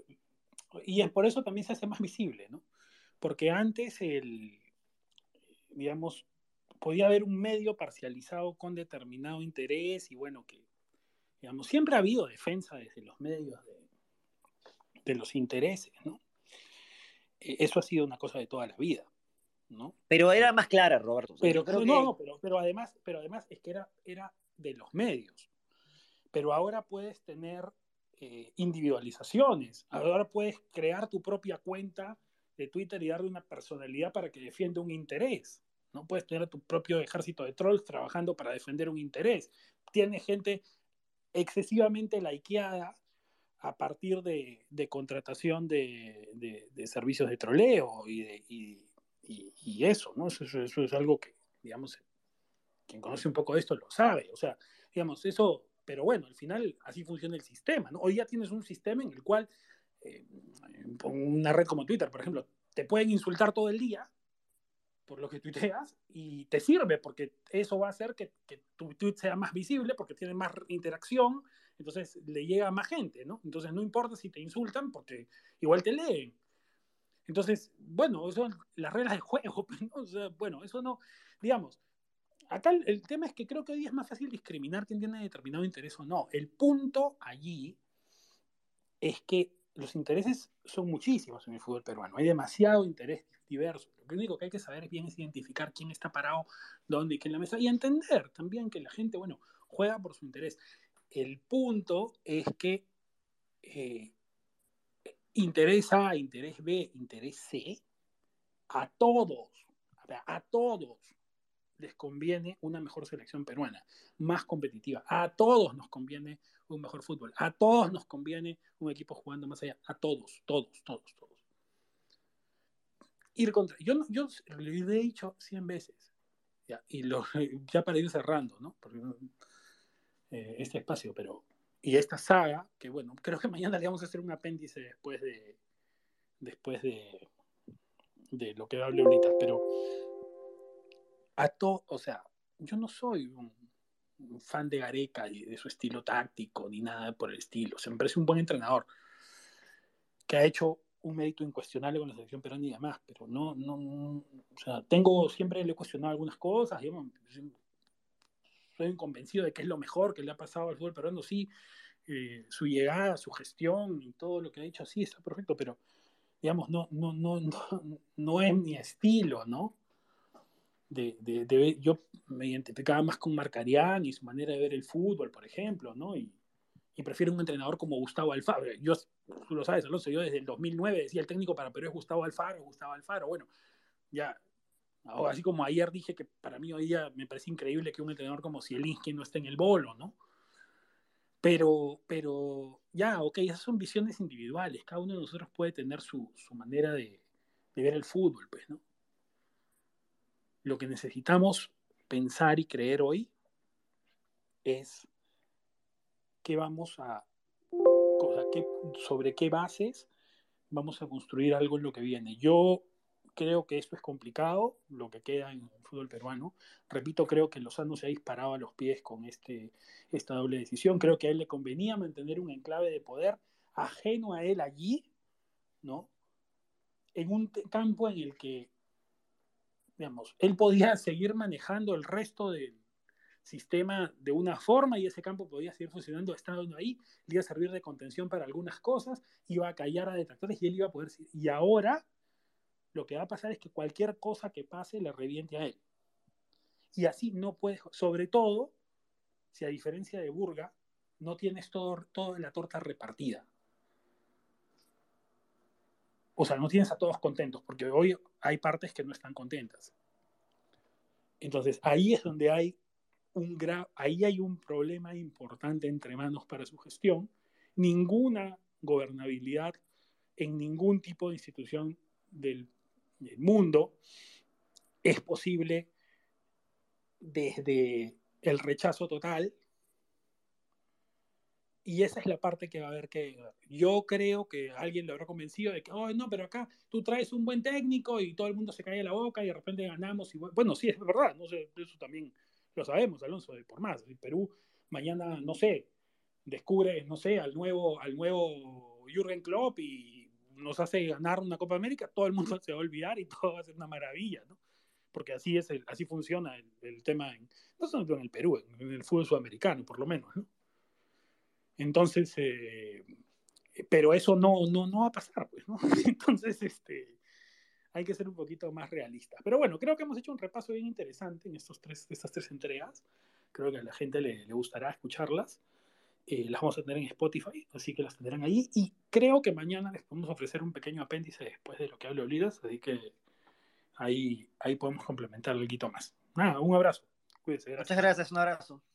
y es por eso también se hace más visible, ¿no? Porque antes el, digamos, podía haber un medio parcializado con determinado interés y bueno, que, digamos, siempre ha habido defensa desde los medios de, de los intereses, ¿no? Eh, eso ha sido una cosa de toda la vida, ¿no? Pero Eh, era más clara, Roberto. O sea, yo pero, creo no, que no, pero, pero además, pero además es que era, era de los medios. Pero ahora puedes tener eh, individualizaciones. Ahora puedes crear tu propia cuenta de Twitter y darle una personalidad para que defienda un interés. No puedes tener tu propio ejército de trolls trabajando para defender un interés. Tienes gente excesivamente likeada a partir de, de contratación de, de, de, servicios de troleo y, de, y, y, y eso, ¿no? Eso, eso, es algo que, digamos, quien conoce un poco de esto lo sabe. O sea, digamos, eso, pero bueno, al final así funciona el sistema, ¿no? Hoy ya tienes un sistema en el cual, eh, una red como Twitter, por ejemplo, te pueden insultar todo el día por lo que tuiteas y te sirve porque eso va a hacer que, que tu tweet sea más visible porque tiene más interacción, entonces le llega a más gente, ¿no? Entonces no importa si te insultan porque igual te leen. Entonces, bueno, eso son las reglas del juego, ¿no? O sea, bueno, eso no, digamos, acá el, el tema es que creo que hoy es más fácil discriminar quién tiene determinado interés o no. El punto allí es que los intereses son muchísimos en el fútbol peruano. Hay demasiado interés diverso. Lo único que hay que saber es bien es identificar quién está parado, dónde y qué en la mesa y entender también que la gente, bueno, juega por su interés. El punto es que eh, interés A, interés B, interés C, a todos, a todos les conviene una mejor selección peruana, más competitiva. A todos nos conviene un mejor fútbol. A todos nos conviene un equipo jugando más allá. A todos, todos, todos, todos. Ir contra. Yo, yo lo he dicho cien veces. Ya, y lo, ya para ir cerrando, ¿no? Porque, eh, este espacio, pero. Y esta saga, que bueno, creo que mañana le vamos a hacer un apéndice después de. Después de. De lo que hable ahorita, pero. A todo. O sea, yo no soy un fan de Gareca y de su estilo táctico ni nada por el estilo. O sea, me parece un buen entrenador que ha hecho un mérito incuestionable con la selección peruana y demás, pero no, no, no, o sea, tengo, siempre le he cuestionado algunas cosas, digamos, soy convencido de que es lo mejor que le ha pasado al fútbol peruano, sí, eh, su llegada, su gestión y todo lo que ha hecho, sí, está perfecto, pero digamos, no, no, no, no, no es mi estilo, ¿no? De, de, de, yo me identificaba más con Marcarián y su manera de ver el fútbol, por ejemplo, ¿no? Y, y prefiero un entrenador como Gustavo Alfaro. Yo, tú lo sabes, Alonso, yo desde el dos mil nueve decía el técnico para Perú es Gustavo Alfaro, Gustavo Alfaro. Bueno, ya, así como ayer dije que para mí hoy día me parece increíble que un entrenador como Zielinski no esté en el bolo, ¿no? Pero, pero ya, ok, esas son visiones individuales. Cada uno de nosotros puede tener su, su manera de, de ver el fútbol, pues, ¿no? Lo que necesitamos pensar y creer hoy es qué vamos a, o sea, qué, sobre qué bases vamos a construir algo en lo que viene. Yo creo que esto es complicado, lo que queda en el fútbol peruano. Repito, creo que Lozano se ha disparado a los pies con este, esta doble decisión. Creo que a él le convenía mantener un enclave de poder ajeno a él allí, ¿no? En un campo en el que, digamos, él podía seguir manejando el resto del sistema de una forma y ese campo podía seguir funcionando estando ahí, le iba a servir de contención para algunas cosas, iba a callar a detractores y él iba a poder... Y ahora lo que va a pasar es que cualquier cosa que pase le reviente a él. Y así no puedes, sobre todo, si a diferencia de Burga, no tienes todo, toda la torta repartida. O sea, no tienes a todos contentos, porque hoy hay partes que no están contentas. Entonces, ahí es donde hay un gra ahí hay un problema importante entre manos para su gestión. Ninguna gobernabilidad en ningún tipo de institución del, del mundo es posible desde el rechazo total, y esa es la parte que va a haber que... Yo creo que alguien lo habrá convencido de que, oh, no, pero acá tú traes un buen técnico y todo el mundo se cae la boca y de repente ganamos. Y bueno, sí, es verdad, no sé, eso también lo sabemos, Alonso, de por más. El Perú mañana, no sé, descubre, no sé, al nuevo, al nuevo Jürgen Klopp y nos hace ganar una Copa América, todo el mundo se va a olvidar y todo va a ser una maravilla, ¿no? Porque así, es el, así funciona el, el tema, en, no solo en el Perú, en, en el fútbol sudamericano, por lo menos, ¿no? Entonces, eh, pero eso no, no, no va a pasar, pues, ¿no? Entonces, este, hay que ser un poquito más realistas. Pero bueno, creo que hemos hecho un repaso bien interesante en estos tres, estas tres entregas. Creo que a la gente le, le gustará escucharlas. Eh, las vamos a tener en Spotify, así que las tendrán ahí. Y creo que mañana les podemos ofrecer un pequeño apéndice después de lo que hable Olidas, así que ahí, ahí podemos complementar algo más. Nada, un abrazo. Cuídense, Muchas gracias. gracias, un abrazo.